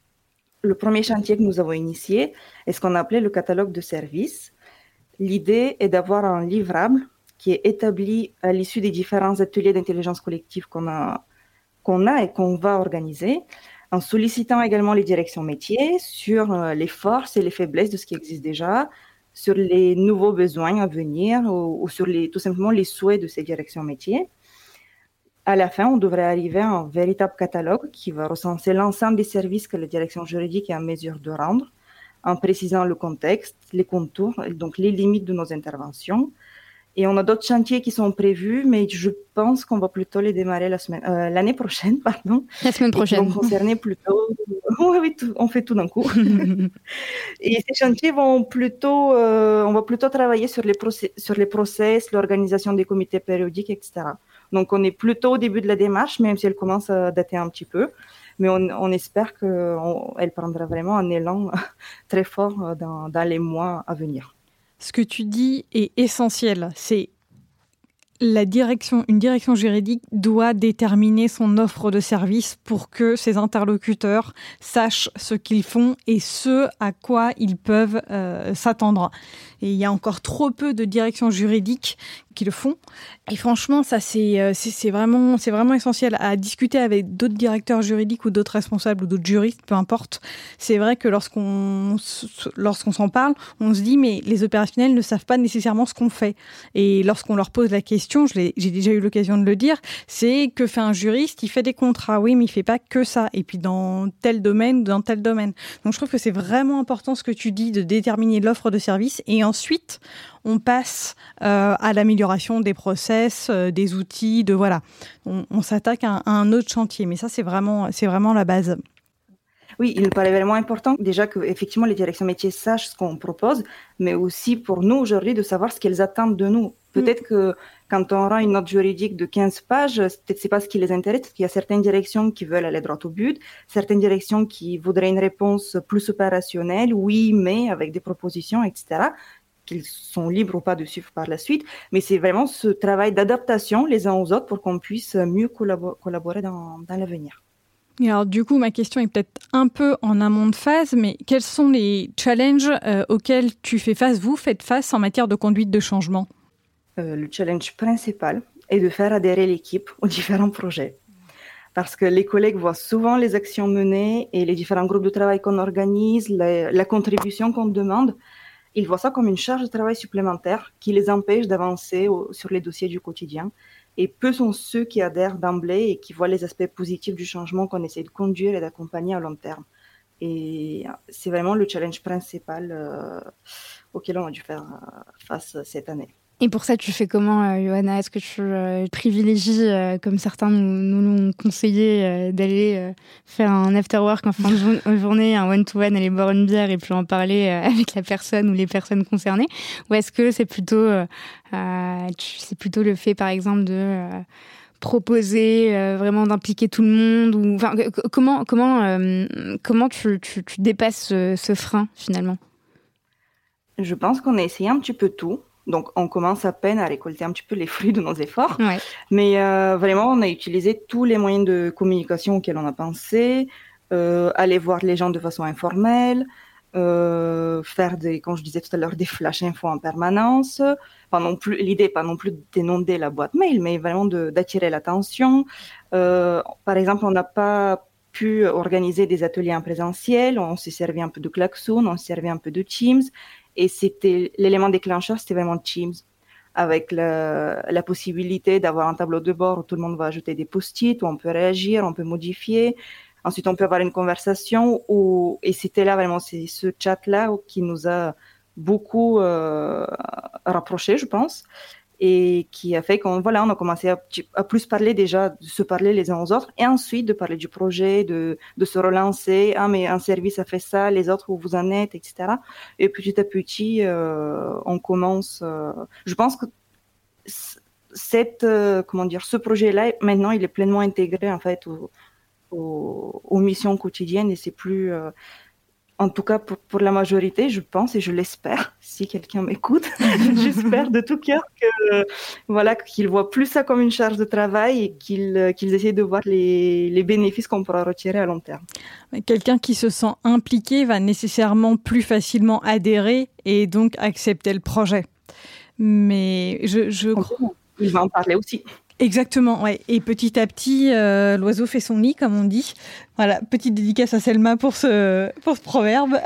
Speaker 3: Le premier chantier que nous avons initié est ce qu'on appelait le catalogue de services. L'idée est d'avoir un livrable qui est établi à l'issue des différents ateliers d'intelligence collective qu'on a, qu'on a et qu'on va organiser, en sollicitant également les directions métiers sur les forces et les faiblesses de ce qui existe déjà, sur les nouveaux besoins à venir ou, ou sur les, tout simplement les souhaits de ces directions métiers. À la fin, on devrait arriver à un véritable catalogue qui va recenser l'ensemble des services que la direction juridique est en mesure de rendre, en précisant le contexte, les contours, donc les limites de nos interventions. Et on a d'autres chantiers qui sont prévus, mais je pense qu'on va plutôt les démarrer la semaine, euh, l'année prochaine, pardon.
Speaker 1: La semaine prochaine.
Speaker 3: Ils vont concerner plutôt... oui, oui, tout, on fait tout d'un coup. Et ces chantiers vont plutôt, euh, on va plutôt travailler sur les process, sur les process, l'organisation des comités périodiques, et cetera. Donc, on est plutôt au début de la démarche, même si elle commence à dater un petit peu. Mais on, on espère qu'elle prendra vraiment un élan très fort dans, dans les mois à venir.
Speaker 2: Ce que tu dis est essentiel. C'est la direction, une direction juridique doit déterminer son offre de service pour que ses interlocuteurs sachent ce qu'ils font et ce à quoi ils peuvent euh, s'attendre. Et il y a encore trop peu de directions juridiques qui le font. Et franchement, ça c'est, c'est, c'est, vraiment, c'est vraiment essentiel à discuter avec d'autres directeurs juridiques ou d'autres responsables ou d'autres juristes, peu importe. C'est vrai que lorsqu'on, lorsqu'on s'en parle, on se dit mais les opérationnels ne savent pas nécessairement ce qu'on fait. Et lorsqu'on leur pose la question, je l'ai, j'ai déjà eu l'occasion de le dire, c'est que fait un juriste, il fait des contrats. Oui, mais il fait pas que ça. Et puis dans tel domaine ou dans tel domaine. Donc je trouve que c'est vraiment important ce que tu dis de déterminer l'offre de service et ensuite on passe euh, à l'amélioration des process, euh, des outils, de voilà. On, on s'attaque à, à un autre chantier, mais ça c'est vraiment, c'est vraiment la base.
Speaker 3: Oui, il me paraît vraiment important déjà que effectivement les directions métiers sachent ce qu'on propose, mais aussi pour nous aujourd'hui de savoir ce qu'elles attendent de nous. Peut-être mmh. que quand on rend une note juridique de quinze pages, peut-être c'est pas ce qui les intéresse, parce qu'il y a certaines directions qui veulent aller droit au but, certaines directions qui voudraient une réponse plus opérationnelle, oui, mais avec des propositions, et cetera, qu'ils sont libres ou pas de suivre par la suite. Mais c'est vraiment ce travail d'adaptation les uns aux autres pour qu'on puisse mieux collabor- collaborer dans, dans l'avenir.
Speaker 2: Et alors du coup, ma question est peut-être un peu en amont de phase, mais quels sont les challenges euh, auxquels tu fais face, vous faites face en matière de conduite de changement ?
Speaker 3: euh, Le challenge principal est de faire adhérer l'équipe aux différents projets. Parce que les collègues voient souvent les actions menées et les différents groupes de travail qu'on organise, la, la contribution qu'on demande. Ils voient ça comme une charge de travail supplémentaire qui les empêche d'avancer au, sur les dossiers du quotidien. Et peu sont ceux qui adhèrent d'emblée et qui voient les aspects positifs du changement qu'on essaie de conduire et d'accompagner à long terme. Et c'est vraiment le challenge principal euh, auquel on a dû faire face cette année.
Speaker 1: Et pour ça, tu fais comment, euh, Johanna ? Est-ce que tu euh, privilégies, euh, comme certains nous, nous l'ont conseillé, euh, d'aller euh, faire un after-work en fin de jour- journée, un one-to-one, aller boire une bière et puis en parler euh, avec la personne ou les personnes concernées ? Ou est-ce que c'est plutôt, euh, euh, tu, c'est plutôt le fait, par exemple, de euh, proposer, euh, vraiment d'impliquer tout le monde ou, enfin, c- comment, comment, euh, comment tu, tu, tu dépasses ce, ce frein, finalement ?
Speaker 3: Je pense qu'on a essayé un petit peu tout. Donc, on commence à peine à récolter un petit peu les fruits de nos efforts.
Speaker 1: Ouais.
Speaker 3: Mais euh, vraiment, on a utilisé tous les moyens de communication auxquels on a pensé, euh, aller voir les gens de façon informelle, euh, faire des, comme je disais tout à l'heure, des flash infos en permanence. Pas non plus, l'idée, pas non plus d'inonder la boîte mail, mais vraiment de, d'attirer l'attention. Euh, par exemple, on n'a pas pu organiser des ateliers en présentiel. On s'est servi un peu de Klaxoon, on s'est servi un peu de Teams. Et c'était l'élément déclencheur, c'était vraiment Teams, avec la, la possibilité d'avoir un tableau de bord où tout le monde va ajouter des post-it, où on peut réagir, on peut modifier. Ensuite, on peut avoir une conversation. Où, et c'était là vraiment, c'est ce chat-là qui nous a beaucoup euh, rapprochés, je pense, et qui a fait qu'on voilà, on a commencé à, à plus parler déjà, de se parler les uns aux autres, et ensuite de parler du projet, de, de se relancer. Ah, mais un service a fait ça, les autres, où vous en êtes, et cetera. Et petit à petit, euh, on commence. Euh, je pense que cette, euh, comment dire, ce projet-là, maintenant, il est pleinement intégré en fait au, au, aux missions quotidiennes, et c'est plus. Euh, En tout cas, pour, pour la majorité, je pense et je l'espère, si quelqu'un m'écoute, j'espère de tout cœur que, euh, voilà, qu'ils voient plus ça comme une charge de travail et qu'ils, euh, qu'ils essaient de voir les, les bénéfices qu'on pourra retirer à long terme.
Speaker 2: Quelqu'un qui se sent impliqué va nécessairement plus facilement adhérer et donc accepter le projet. Mais je, je crois...
Speaker 3: Il va en parler aussi.
Speaker 2: Exactement, ouais. Et petit à petit, euh, l'oiseau fait son nid, comme on dit. Voilà, petite dédicace à Selma pour ce, pour ce proverbe.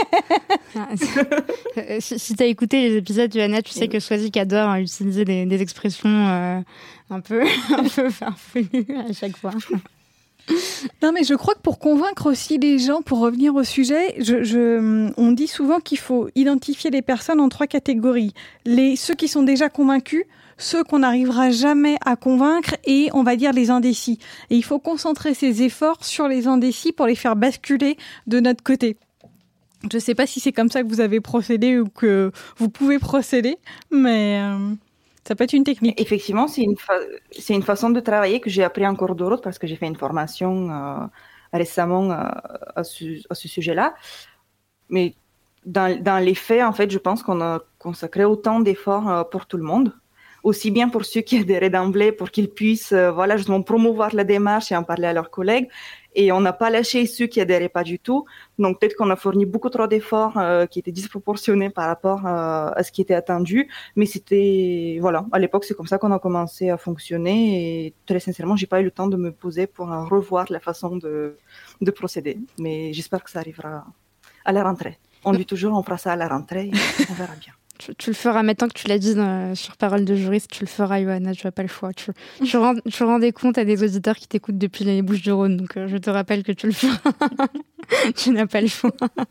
Speaker 1: si si tu as écouté les épisodes, Johanna, tu sais que Swazik adore hein, utiliser des, des expressions euh, un peu, un peu farfelues à chaque fois.
Speaker 2: Non, mais je crois que pour convaincre aussi les gens, pour revenir au sujet, je, je, on dit souvent qu'il faut identifier les personnes en trois catégories. Les, ceux qui sont déjà convaincus, ceux qu'on n'arrivera jamais à convaincre et on va dire les indécis. Et il faut concentrer ses efforts sur les indécis pour les faire basculer de notre côté. Je ne sais pas si c'est comme ça que vous avez procédé ou que vous pouvez procéder, mais euh, ça peut être une technique.
Speaker 3: Effectivement, c'est une, fa- c'est une façon de travailler que j'ai appris en cours de route parce que j'ai fait une formation euh, récemment euh, à, ce, à ce sujet-là. Mais dans, dans les faits, en fait, je pense qu'on a consacré autant d'efforts euh, pour tout le monde. Aussi bien pour ceux qui adhéraient d'emblée, pour qu'ils puissent euh, voilà, justement promouvoir la démarche et en parler à leurs collègues. Et on n'a pas lâché ceux qui adhéraient pas du tout. Donc peut-être qu'on a fourni beaucoup trop d'efforts euh, qui étaient disproportionnés par rapport euh, à ce qui était attendu. Mais c'était, voilà, à l'époque, c'est comme ça qu'on a commencé à fonctionner. Et très sincèrement, j'ai pas eu le temps de me poser pour euh, revoir la façon de, de procéder. Mais j'espère que ça arrivera à la rentrée. On dit toujours, on fera ça à la rentrée et on verra bien.
Speaker 1: Tu, tu le feras maintenant que tu l'as dit dans, sur Parole de juriste, tu le feras, Johanna, tu n'as pas le choix. Tu, tu, rends, tu rendais compte à des auditeurs qui t'écoutent depuis les Bouches-du-Rhône, donc euh, je te rappelle que tu le feras. Tu n'as pas le choix.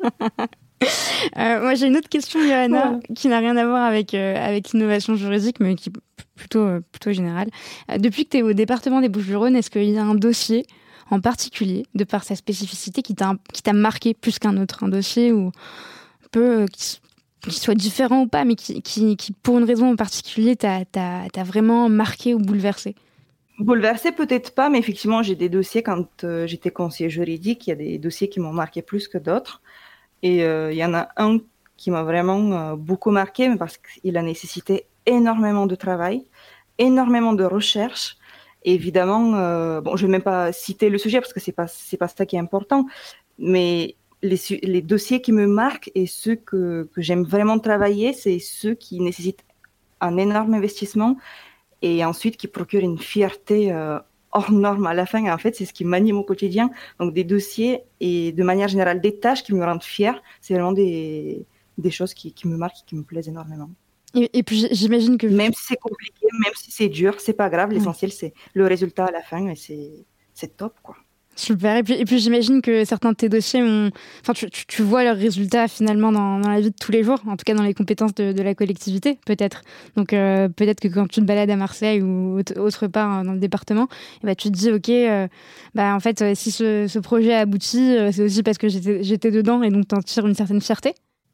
Speaker 1: euh, moi, j'ai une autre question, Johanna, ouais. qui n'a rien à voir avec, euh, avec l'innovation juridique, mais qui est plutôt, euh, plutôt générale. Euh, depuis que tu es au département des Bouches-du-Rhône, est-ce qu'il y a un dossier en particulier, de par sa spécificité, qui t'a, qui t'a marqué plus qu'un autre, un dossier où un peu... Euh, qui, qui soit différent ou pas, mais qui, qui, qui pour une raison en particulier, t'a, t'a, t'a vraiment marqué ou bouleversé?
Speaker 3: Bouleversé, peut-être pas, mais effectivement, j'ai des dossiers, quand euh, j'étais conseiller juridique, il y a des dossiers qui m'ont marqué plus que d'autres. Et euh, il y en a un qui m'a vraiment euh, beaucoup marqué, mais parce qu'il a nécessité énormément de travail, énormément de recherche. Et évidemment, euh, bon, je vais même pas citer le sujet parce que c'est pas, c'est pas ça qui est important, mais Les, les dossiers qui me marquent et ceux que, que j'aime vraiment travailler, c'est ceux qui nécessitent un énorme investissement et ensuite qui procurent une fierté euh, hors norme à la fin. Et en fait, c'est ce qui m'anime au quotidien. Donc des dossiers et de manière générale des tâches qui me rendent fière, c'est vraiment des, des choses qui, qui me marquent et qui me plaisent énormément.
Speaker 1: Et, et puis j'imagine que...
Speaker 3: Même si c'est compliqué, même si c'est dur, c'est pas grave. L'essentiel, mmh. c'est le résultat à la fin et c'est, c'est top, quoi.
Speaker 1: Super. Et puis, et puis j'imagine que certains de tes dossiers ont... Enfin, tu, tu, tu vois leurs résultats finalement dans, dans la vie de tous les jours, en tout cas dans les compétences de, de la collectivité, peut-être. Donc euh, peut-être que quand tu te balades à Marseille ou autre part dans le département, et bah, tu te dis, ok, euh, bah, en fait, si ce, ce projet aboutit, c'est aussi parce que j'étais, j'étais dedans et donc t'en tires une certaine fierté.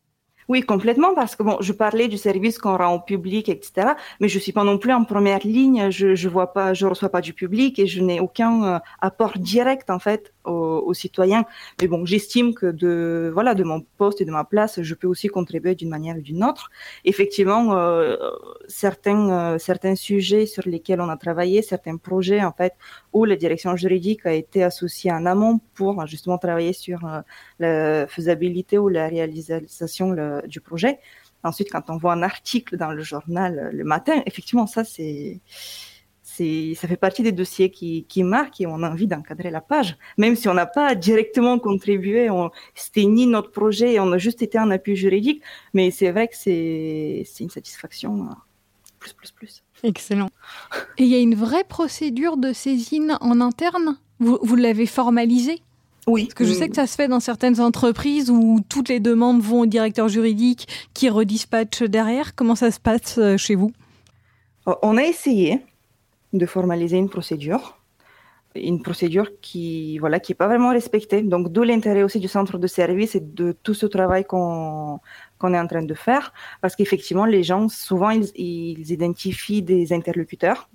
Speaker 3: Oui, complètement, parce que bon, je parlais du service qu'on rend au public, et cetera. Mais je suis pas non plus en première ligne. Je je vois pas, je reçois pas du public et je n'ai aucun euh, apport direct en fait aux, aux citoyens. Mais bon, j'estime que de voilà de mon poste et de ma place, je peux aussi contribuer d'une manière ou d'une autre. Effectivement, euh, certains euh, certains sujets sur lesquels on a travaillé, certains projets en fait où la direction juridique a été associée en amont pour justement travailler sur euh, la faisabilité ou la réalisation le, du projet. Ensuite, quand on voit un article dans le journal le matin, effectivement, ça, c'est, c'est, ça fait partie des dossiers qui, qui marquent et on a envie d'encadrer la page. Même si on n'a pas directement contribué, on, c'était ni notre projet, on a juste été un appui juridique, mais c'est vrai que c'est, c'est une satisfaction plus, plus, plus.
Speaker 2: Excellent. Et il y a une vraie procédure de saisine en interne ? Vous, vous l'avez formalisée ?
Speaker 3: Oui.
Speaker 2: Parce que je sais que ça se fait dans certaines entreprises où toutes les demandes vont au directeur juridique qui redispatche derrière. Comment ça se passe chez vous ?
Speaker 3: On a essayé de formaliser une procédure, une procédure qui voilà qui est pas vraiment respectée. Donc d'où l'intérêt aussi du centre de service et de tout ce travail qu'on qu'on est en train de faire, parce qu'effectivement les gens souvent ils, ils identifient des interlocuteurs.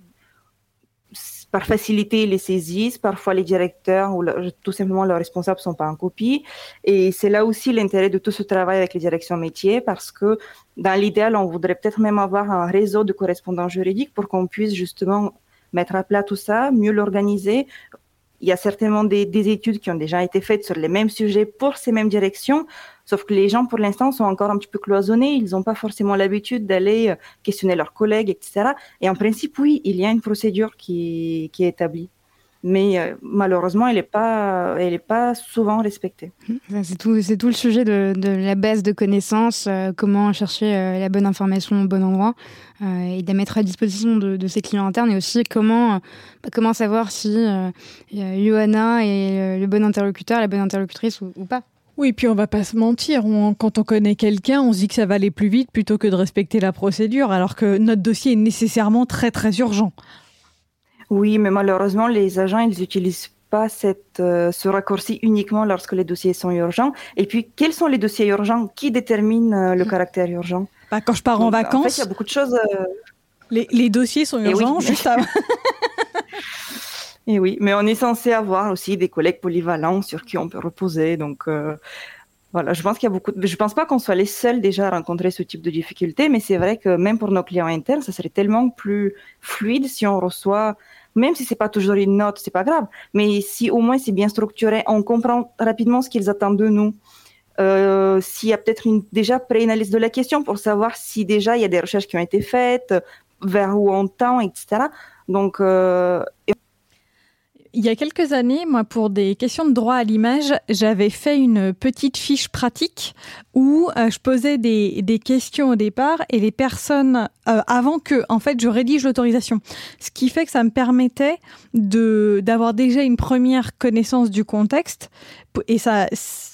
Speaker 3: Par facilité, ils les saisissent. Parfois, les directeurs ou le, tout simplement leurs responsables sont pas en copie. Et c'est là aussi l'intérêt de tout ce travail avec les directions métiers, parce que dans l'idéal, on voudrait peut-être même avoir un réseau de correspondants juridiques pour qu'on puisse justement mettre à plat tout ça, mieux l'organiser. Il y a certainement des, des études qui ont déjà été faites sur les mêmes sujets pour ces mêmes directions, sauf que les gens, pour l'instant, sont encore un petit peu cloisonnés. Ils n'ont pas forcément l'habitude d'aller questionner leurs collègues, et cetera. Et en principe, oui, il y a une procédure qui, qui est établie. Mais euh, malheureusement, elle n'est pas, elle est pas souvent respectée.
Speaker 1: C'est tout, c'est tout le sujet de, de la base de connaissances, euh, comment chercher euh, la bonne information au bon endroit euh, et de la mettre à disposition de, de ses clients internes, et aussi comment, euh, bah, comment savoir si euh, Johanna est le bon interlocuteur, la bonne interlocutrice ou, ou pas.
Speaker 2: Oui, puis on va pas se mentir, on, quand on connaît quelqu'un, on se dit que ça va aller plus vite plutôt que de respecter la procédure, alors que notre dossier est nécessairement très très urgent.
Speaker 3: Oui, mais malheureusement, les agents, ils utilisent pas cette, euh, ce raccourci uniquement lorsque les dossiers sont urgents. Et puis, quels sont les dossiers urgents ? Qui détermine euh, le caractère urgent ?
Speaker 2: Bah, quand je pars en
Speaker 3: Donc,
Speaker 2: vacances,
Speaker 3: en fait, il y a beaucoup de choses. Euh...
Speaker 2: Les, les dossiers sont urgents,
Speaker 3: oui.
Speaker 2: juste avant.
Speaker 3: Et oui, mais on est censé avoir aussi des collègues polyvalents sur qui on peut reposer. Donc, euh, voilà, je pense qu'il y a beaucoup. De... Je pense pas qu'on soit les seuls déjà à rencontrer ce type de difficultés, mais c'est vrai que même pour nos clients internes, ça serait tellement plus fluide si on reçoit. Même si c'est pas toujours une note, c'est pas grave. Mais si au moins c'est bien structuré, on comprend rapidement ce qu'ils attendent de nous. Euh, s'il y a peut-être une déjà pré-analyse de la question pour savoir si déjà il y a des recherches qui ont été faites, vers où on tend, et cetera. Donc, euh...
Speaker 2: il y a quelques années, moi, pour des questions de droit à l'image, j'avais fait une petite fiche pratique où euh, je posais des, des questions au départ et les personnes, euh, avant que, en fait, je rédige l'autorisation. Ce qui fait que ça me permettait de, d'avoir déjà une première connaissance du contexte et ça,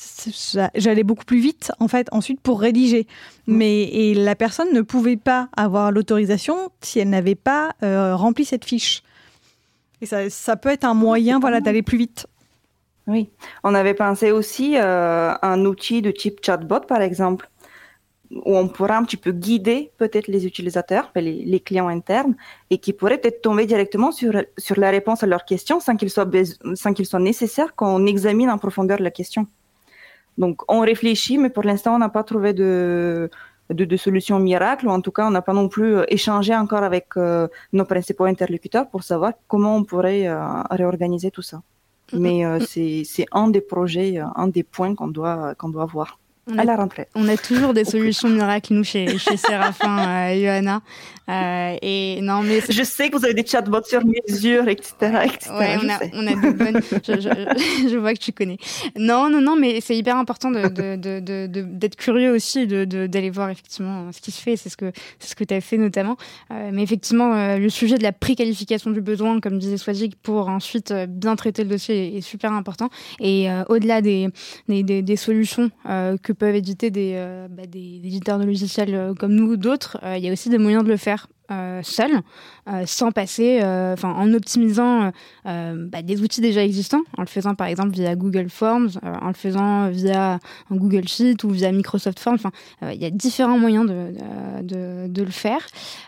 Speaker 2: ça j'allais beaucoup plus vite, en fait, ensuite pour rédiger. Mais, et la personne ne pouvait pas avoir l'autorisation si elle n'avait pas euh, rempli cette fiche. Et ça, ça peut être un moyen, voilà, d'aller plus vite.
Speaker 3: Oui, on avait pensé aussi euh, à un outil de type chatbot, par exemple, où on pourra un petit peu guider peut-être les utilisateurs, les, les clients internes, et qui pourraient peut-être tomber directement sur, sur la réponse à leurs questions sans qu'il soit, sans qu'il soit nécessaire qu'on examine en profondeur la question. Donc, on réfléchit, mais pour l'instant, on n'a pas trouvé de... De, de solutions miracles, ou en tout cas, on n'a pas non plus euh, échangé encore avec euh, nos principaux interlocuteurs pour savoir comment on pourrait euh, réorganiser tout ça. Mais euh, c'est, c'est un des projets, euh, un des points qu'on doit, qu'on doit voir
Speaker 1: on
Speaker 3: à
Speaker 1: a,
Speaker 3: la rentrée.
Speaker 1: On a toujours des solutions miracles, nous, chez, chez Séraphin, euh, Johanna. Euh, et non, mais
Speaker 3: je sais que vous avez des chatbots sur mesure, et cetera, et cetera.
Speaker 1: Ouais, on a, on a des bonnes. je, je, je vois que tu connais. Non, non, non, mais c'est hyper important de, de, de, de, de, d'être curieux aussi, de, de, d'aller voir effectivement ce qui se fait. C'est ce que, c'est ce que tu as fait notamment. Euh, mais effectivement, euh, le sujet de la préqualification du besoin, comme disait Swazik, pour ensuite euh, bien traiter le dossier est, est super important. Et euh, au-delà des, des, des, des solutions euh, que peuvent éditer des, euh, bah, des, des éditeurs de logiciels euh, comme nous ou d'autres, il euh, y a aussi des moyens de le faire euh, seul, euh, sans passer, euh, enfin, en optimisant euh, bah, des outils déjà existants, en le faisant par exemple via Google Forms, euh, en le faisant via un Google Sheet ou via Microsoft Forms. Enfin, euh, il y a différents moyens de, de, de, de le faire.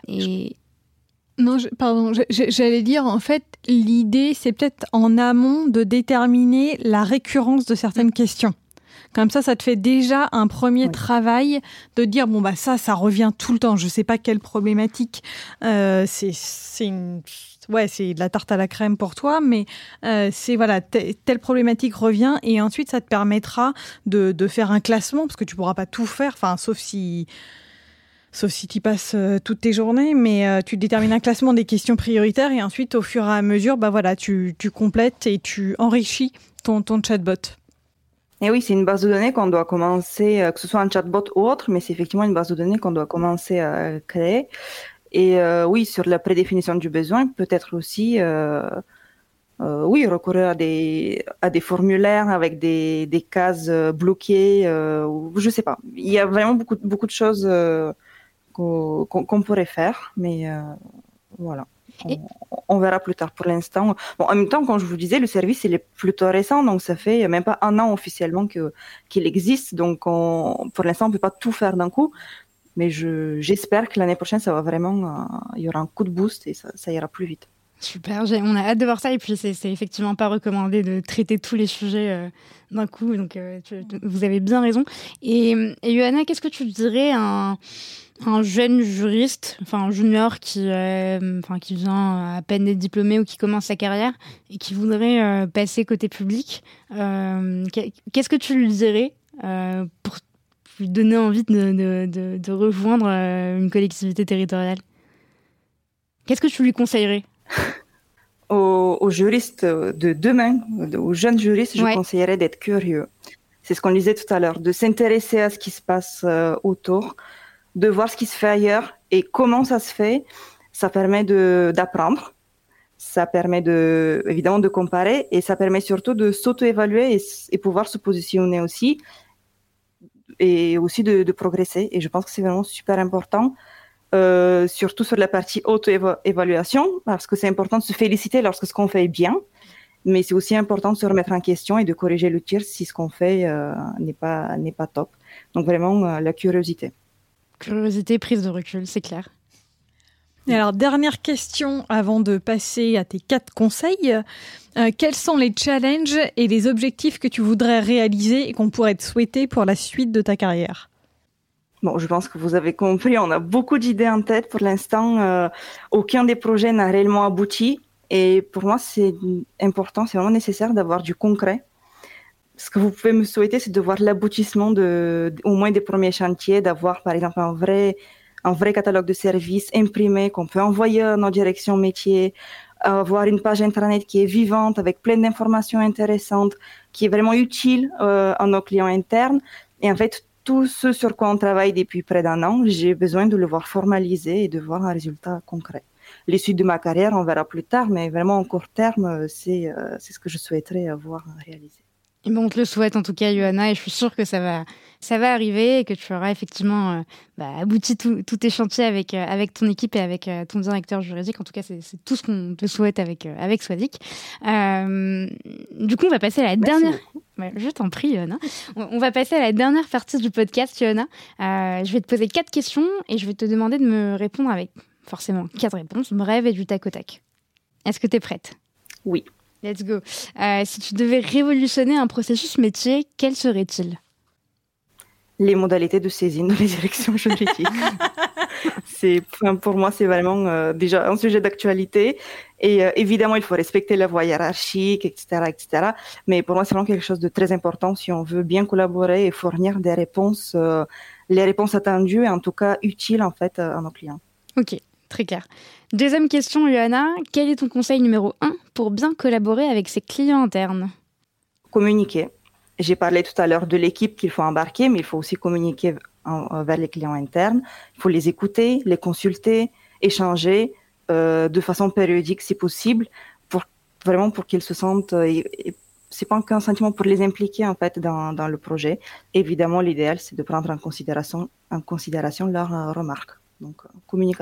Speaker 1: Et
Speaker 2: Non, je, pardon, je, je, j'allais dire, en fait, l'idée, c'est peut-être en amont de déterminer la récurrence de certaines mmh. questions. Comme ça, ça te fait déjà un premier oui. travail de dire, bon, bah ça, ça revient tout le temps. Je sais pas quelle problématique. Euh, c'est, c'est une... Ouais, c'est de la tarte à la crème pour toi, mais euh, c'est, voilà, t- telle problématique revient. Et ensuite, ça te permettra de, de faire un classement, parce que tu pourras pas tout faire, enfin, sauf si... Sauf si tu passes euh, toutes tes journées, mais euh, tu détermines un classement des questions prioritaires et ensuite, au fur et à mesure, bah voilà, tu, tu complètes et tu enrichis ton, ton chatbot.
Speaker 3: Et oui, c'est une base de données qu'on doit commencer, euh, que ce soit un chatbot ou autre, mais c'est effectivement une base de données qu'on doit commencer à créer. Et euh, oui, sur la prédéfinition du besoin, peut-être aussi, euh, euh, oui, recourir à des, à des formulaires avec des, des cases bloquées, euh, ou, je sais pas. Il y a vraiment beaucoup, beaucoup de choses euh, Qu'on, qu'on pourrait faire, mais euh, voilà, on, on verra plus tard. Pour l'instant, bon, en même temps, comme je vous disais, le service il est plutôt récent, donc ça fait même pas un an officiellement que qu'il existe, donc on, pour l'instant, on peut pas tout faire d'un coup, mais je, j'espère que l'année prochaine, ça va vraiment, euh, il y aura un coup de boost et ça, ça ira plus vite.
Speaker 1: Super, j'ai, on a hâte de voir ça et puis c'est, c'est effectivement pas recommandé de traiter tous les sujets euh, d'un coup, donc euh, tu, tu, vous avez bien raison. Et, et Johanna, qu'est-ce que tu dirais à un, un jeune juriste, enfin un junior qui, euh, enfin qui vient à peine d'être diplômé ou qui commence sa carrière et qui voudrait euh, passer côté public, euh, qu'est-ce que tu lui dirais euh, pour lui donner envie de, de, de, de rejoindre euh, une collectivité territoriale? Qu'est-ce que tu lui conseillerais?
Speaker 3: Aux, aux juristes de demain, aux jeunes juristes, je ouais. conseillerais d'être curieux. C'est ce qu'on disait tout à l'heure, de s'intéresser à ce qui se passe euh, autour, de voir ce qui se fait ailleurs et comment ça se fait. Ça permet de, d'apprendre, ça permet de, évidemment de comparer et ça permet surtout de s'auto-évaluer et, et pouvoir se positionner aussi et aussi de, de progresser. Et je pense que c'est vraiment super important. Euh, surtout sur la partie auto-évaluation, parce que c'est important de se féliciter lorsque ce qu'on fait est bien, mais c'est aussi important de se remettre en question et de corriger le tir si ce qu'on fait euh, n'est pas, n'est pas top. Donc vraiment, euh, la curiosité.
Speaker 1: Curiosité, prise de recul, c'est clair.
Speaker 2: Et alors, dernière question avant de passer à tes quatre conseils. Euh, quels sont les challenges et les objectifs que tu voudrais réaliser et qu'on pourrait te souhaiter pour la suite de ta carrière ?
Speaker 3: Bon, je pense que vous avez compris, on a beaucoup d'idées en tête. Pour l'instant, euh, aucun des projets n'a réellement abouti. Et pour moi, c'est important, c'est vraiment nécessaire d'avoir du concret. Ce que vous pouvez me souhaiter, c'est de voir l'aboutissement de, au moins des premiers chantiers, d'avoir par exemple un vrai, un vrai catalogue de services imprimé qu'on peut envoyer à nos directions métiers, avoir une page internet qui est vivante avec plein d'informations intéressantes, qui est vraiment utile euh, à nos clients internes. Et en fait, tout ce sur quoi on travaille depuis près d'un an, j'ai besoin de le voir formalisé et de voir un résultat concret. Les suites de ma carrière, on verra plus tard, mais vraiment en court terme, c'est, euh, c'est ce que je souhaiterais avoir réalisé.
Speaker 1: Et bon, on te le souhaite en tout cas, Johanna, et je suis sûre que ça va, ça va arriver et que tu auras effectivement euh, bah, abouti tous tes chantiers avec, euh, avec ton équipe et avec euh, ton directeur juridique. En tout cas, c'est, c'est tout ce qu'on te souhaite avec, euh, avec Swadik. Euh, du coup, on va passer à la
Speaker 3: Merci
Speaker 1: dernière...
Speaker 3: beaucoup.
Speaker 1: Ouais, je t'en prie, Johanna. On va passer à la dernière partie du podcast, Johanna. Euh, je vais te poser quatre questions et je vais te demander de me répondre avec forcément quatre réponses, brèves et du tac au tac. Est-ce que tu es prête ?
Speaker 3: Oui.
Speaker 1: Let's go. Euh, si tu devais révolutionner un processus métier, quel serait-il ?
Speaker 3: Les modalités de saisine de les directions juridiques. c'est, pour moi, c'est vraiment euh, déjà un sujet d'actualité. Et euh, évidemment, il faut respecter la voie hiérarchique, et cetera, et cetera. Mais pour moi, c'est vraiment quelque chose de très important si on veut bien collaborer et fournir des réponses, euh, les réponses attendues et en tout cas utiles en fait à nos clients.
Speaker 1: Ok. Très clair. Deuxième question, Johanna. Quel est ton conseil numéro un pour bien collaborer avec ses clients internes ?
Speaker 3: Communiquer. J'ai parlé tout à l'heure de l'équipe qu'il faut embarquer, mais il faut aussi communiquer en, vers les clients internes. Il faut les écouter, les consulter, échanger euh, de façon périodique si possible, pour vraiment pour qu'ils se sentent. Et, et c'est pas qu'un sentiment pour les impliquer en fait dans, dans le projet. Évidemment, l'idéal c'est de prendre en considération, en considération leurs euh, remarques. Donc, euh, communication.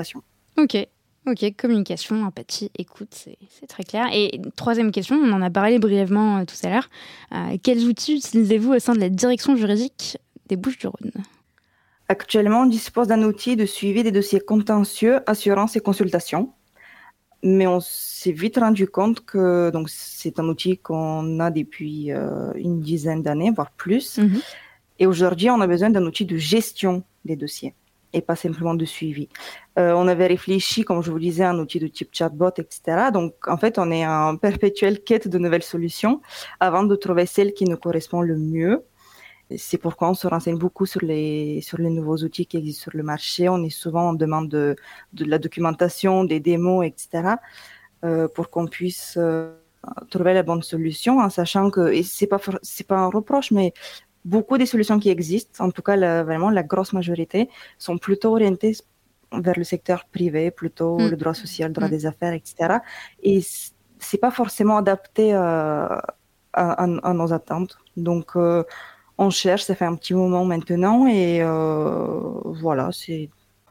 Speaker 1: Ok. Ok, communication, empathie, écoute, c'est, c'est très clair. Et troisième question, on en a parlé brièvement euh, tout à l'heure. Euh, quels outils utilisez-vous au sein de la direction juridique des Bouches-du-Rhône ?
Speaker 3: Actuellement, on dispose d'un outil de suivi des dossiers contentieux, assurances et consultations. Mais on s'est vite rendu compte que donc, c'est un outil qu'on a depuis euh, une dizaine d'années, voire plus. Mmh. Et aujourd'hui, on a besoin d'un outil de gestion des dossiers et pas simplement de suivi. Euh, on avait réfléchi, comme je vous disais, à un outil de type chatbot, et cetera. Donc, en fait, on est en perpétuelle quête de nouvelles solutions avant de trouver celle qui nous correspond le mieux. C'est pourquoi on se renseigne beaucoup sur les, sur les nouveaux outils qui existent sur le marché. On est souvent en demande de, de la documentation, des démos, et cetera, euh, pour qu'on puisse euh, trouver la bonne solution, en sachant que, et c'est pas, c'est pas un reproche, mais beaucoup des solutions qui existent, en tout cas la, vraiment la grosse majorité, sont plutôt orientées vers le secteur privé, plutôt mmh. le droit social, le droit mmh. des affaires, et cetera. Et c'est pas forcément adapté euh, à, à, à nos attentes. Donc, euh, on cherche, ça fait un petit moment maintenant, et euh, voilà, c'est,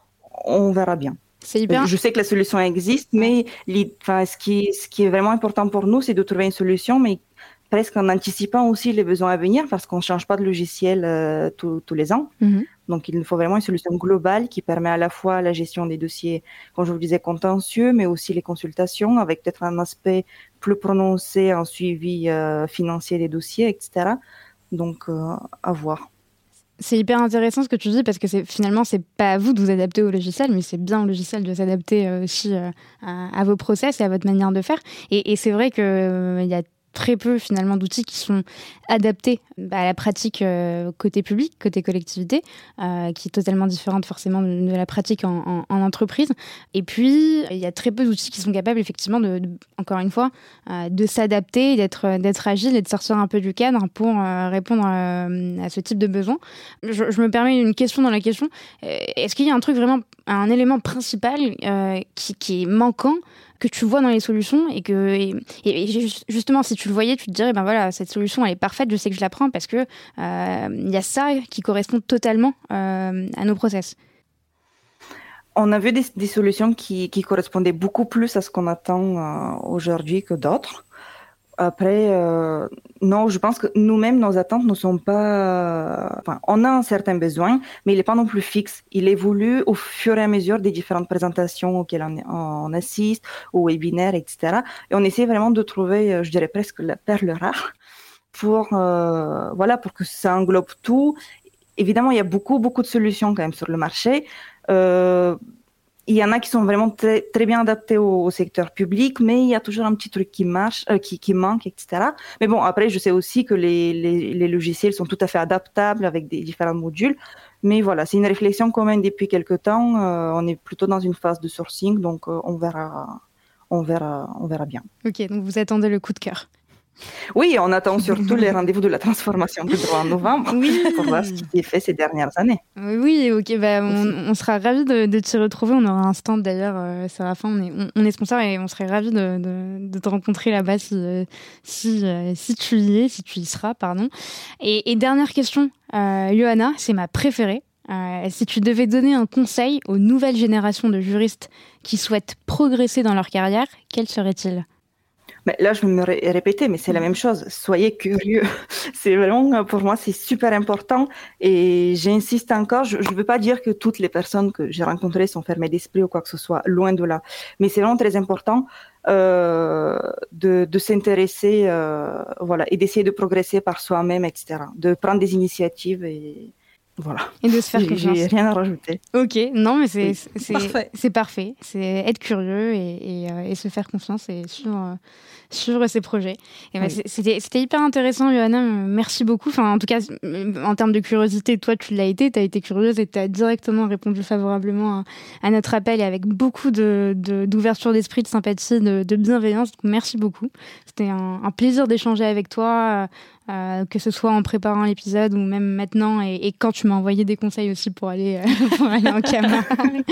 Speaker 3: on verra bien.
Speaker 1: C'est hyper...
Speaker 3: Je sais que la solution existe, mais enfin, ce qui, ce qui est vraiment important pour nous, c'est de trouver une solution, mais presque en anticipant aussi les besoins à venir, parce qu'on ne change pas de logiciel euh, tous, tous les ans. Mm-hmm. Donc, il nous faut vraiment une solution globale qui permet à la fois la gestion des dossiers, comme je vous disais, contentieux, mais aussi les consultations, avec peut-être un aspect plus prononcé en suivi euh, financier des dossiers, et cetera. Donc, euh, à voir.
Speaker 1: C'est hyper intéressant ce que tu dis, parce que c'est, finalement, c'est pas à vous de vous adapter au logiciel, mais c'est bien au logiciel de s'adapter aussi euh, à, à vos process et à votre manière de faire. Et, et c'est vrai qu'il euh, y a très peu finalement d'outils qui sont adaptés bah, à la pratique euh, côté public, côté collectivité, euh, qui est totalement différente forcément de, de la pratique en, en, en entreprise. Et puis, il y a très peu d'outils qui sont capables effectivement, de, de, encore une fois, euh, de s'adapter, d'être, d'être agile et de sortir un peu du cadre pour euh, répondre euh, à ce type de besoin. Je, je me permets une question dans la question. Est-ce qu'il y a un truc vraiment, un élément principal euh, qui, qui est manquant, que tu vois dans les solutions, et que et, et justement si tu le voyais, tu te dirais ben voilà, cette solution elle est parfaite, je sais que je la prends parce que il euh, y a ça qui correspond totalement euh, à nos process.
Speaker 3: On a vu des, des solutions qui, qui correspondaient beaucoup plus à ce qu'on attend euh, aujourd'hui que d'autres. Après, euh, non, je pense que nous-mêmes, nos attentes ne sont pas... Euh, enfin, on a un certain besoin, mais il n'est pas non plus fixe. Il évolue au fur et à mesure des différentes présentations auxquelles on, on assiste, aux webinaires, et cetera. Et on essaie vraiment de trouver, je dirais presque la perle rare pour, euh, voilà, pour que ça englobe tout. Évidemment, il y a beaucoup, beaucoup de solutions quand même sur le marché. Euh, Il y en a qui sont vraiment très, très bien adaptés au, au secteur public, mais il y a toujours un petit truc qui marche, euh, qui, qui manque, et cetera. Mais bon, après, je sais aussi que les, les, les logiciels sont tout à fait adaptables avec des différents modules. Mais voilà, c'est une réflexion qu'on mène depuis quelques temps. Euh, on est plutôt dans une phase de sourcing, donc euh, on verra, on verra, on verra bien.
Speaker 1: Ok, donc vous attendez le coup de cœur.
Speaker 3: Oui, on attend surtout les rendez-vous de la transformation du droit en novembre oui. pour voir ce qui est fait ces dernières années.
Speaker 1: Oui, ok, bah, on, on sera ravis de, de t'y retrouver. On aura un stand d'ailleurs, euh, Séraphin, on est, on, on est sponsor et on serait ravis de, de, de te rencontrer là-bas si, si, si tu y es, si tu y seras, pardon. Et, et dernière question, euh, Johanna, c'est ma préférée. Euh, si tu devais donner un conseil aux nouvelles générations de juristes qui souhaitent progresser dans leur carrière, quel serait-il ?
Speaker 3: Mais là, je vais me ré- répéter, mais c'est la même chose. Soyez curieux. C'est vraiment, pour moi, c'est super important. Et j'insiste encore, je ne veux pas dire que toutes les personnes que j'ai rencontrées sont fermées d'esprit ou quoi que ce soit, loin de là. Mais c'est vraiment très important euh, de, de s'intéresser, euh, voilà, et d'essayer de progresser par soi-même, et cetera. De prendre des initiatives et... Voilà.
Speaker 1: Et de se faire confiance.
Speaker 3: J'ai rien à rajouter.
Speaker 1: Ok, non, mais c'est,
Speaker 2: oui.
Speaker 1: c'est,
Speaker 2: parfait.
Speaker 1: c'est parfait. C'est être curieux et, et, euh, et se faire confiance et suivre, euh, suivre ses projets. Et bah, oui. c'était, c'était hyper intéressant, Johanna. Merci beaucoup. Enfin, en tout cas, en termes de curiosité, toi, tu l'as été. Tu as été curieuse et tu as directement répondu favorablement à, à notre appel et avec beaucoup de, de, d'ouverture d'esprit, de sympathie, de, de bienveillance. Donc, merci beaucoup. C'était un, un plaisir d'échanger avec toi. euh, que ce soit en préparant l'épisode ou même maintenant, et, et quand tu m'as envoyé des conseils aussi pour aller, euh, pour aller en Camargue.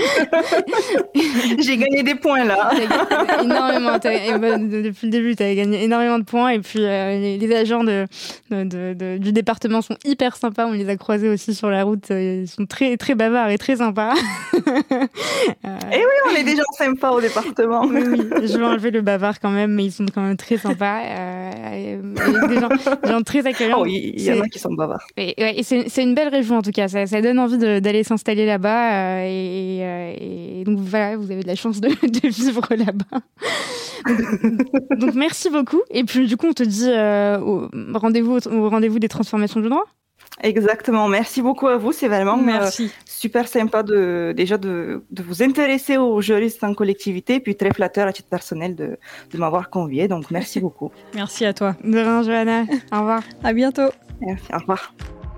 Speaker 3: J'ai gagné des points là.
Speaker 1: T'as gagné énormément. T'as, et ben, depuis le début, tu as gagné énormément de points. Et puis, euh, les, les agents de, de, de, de, du département sont hyper sympas. On les a croisés aussi sur la route. Ils sont très, très bavards et très sympas.
Speaker 3: euh... Et oui, on est des gens sympas au département.
Speaker 1: Oui, oui, je vais enlever le bavard quand même, mais ils sont quand même très sympas. Euh, des, gens, des gens très accueillants.
Speaker 3: Oh, il y en a qui sont bavards.
Speaker 1: Et, ouais, et c'est, c'est une belle région en tout cas. Ça, ça donne envie de, d'aller s'installer là-bas. Euh, et, et, et donc voilà, vous avez de la chance de, de vivre là-bas. Donc, donc merci beaucoup. Et puis du coup, on te dit euh, au, rendez-vous, au rendez-vous des transformations du droit.
Speaker 3: Exactement. Merci beaucoup à vous. C'est vraiment
Speaker 2: Merci.
Speaker 3: Euh, super sympa de déjà de, de vous intéresser aux juristes en collectivité, puis très flatteur à titre personnel de, de m'avoir convié. Donc merci beaucoup.
Speaker 2: Merci à toi.
Speaker 1: De rien, Johanna. Au revoir.
Speaker 2: À bientôt.
Speaker 3: Merci. Au revoir.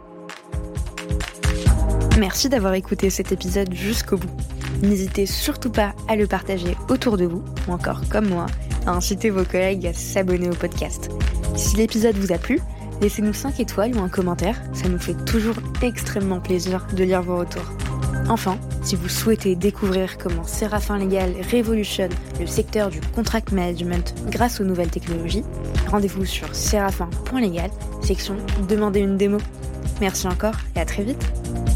Speaker 1: Merci d'avoir écouté cet épisode jusqu'au bout. N'hésitez surtout pas à le partager autour de vous, ou encore comme moi, à inciter vos collègues à s'abonner au podcast. Si l'épisode vous a plu, laissez-nous cinq étoiles ou un commentaire, ça nous fait toujours extrêmement plaisir de lire vos retours. Enfin, si vous souhaitez découvrir comment Séraphin Légal révolutionne le secteur du contract management grâce aux nouvelles technologies, rendez-vous sur séraphin point légal, section Demandez une démo. Merci encore et à très vite.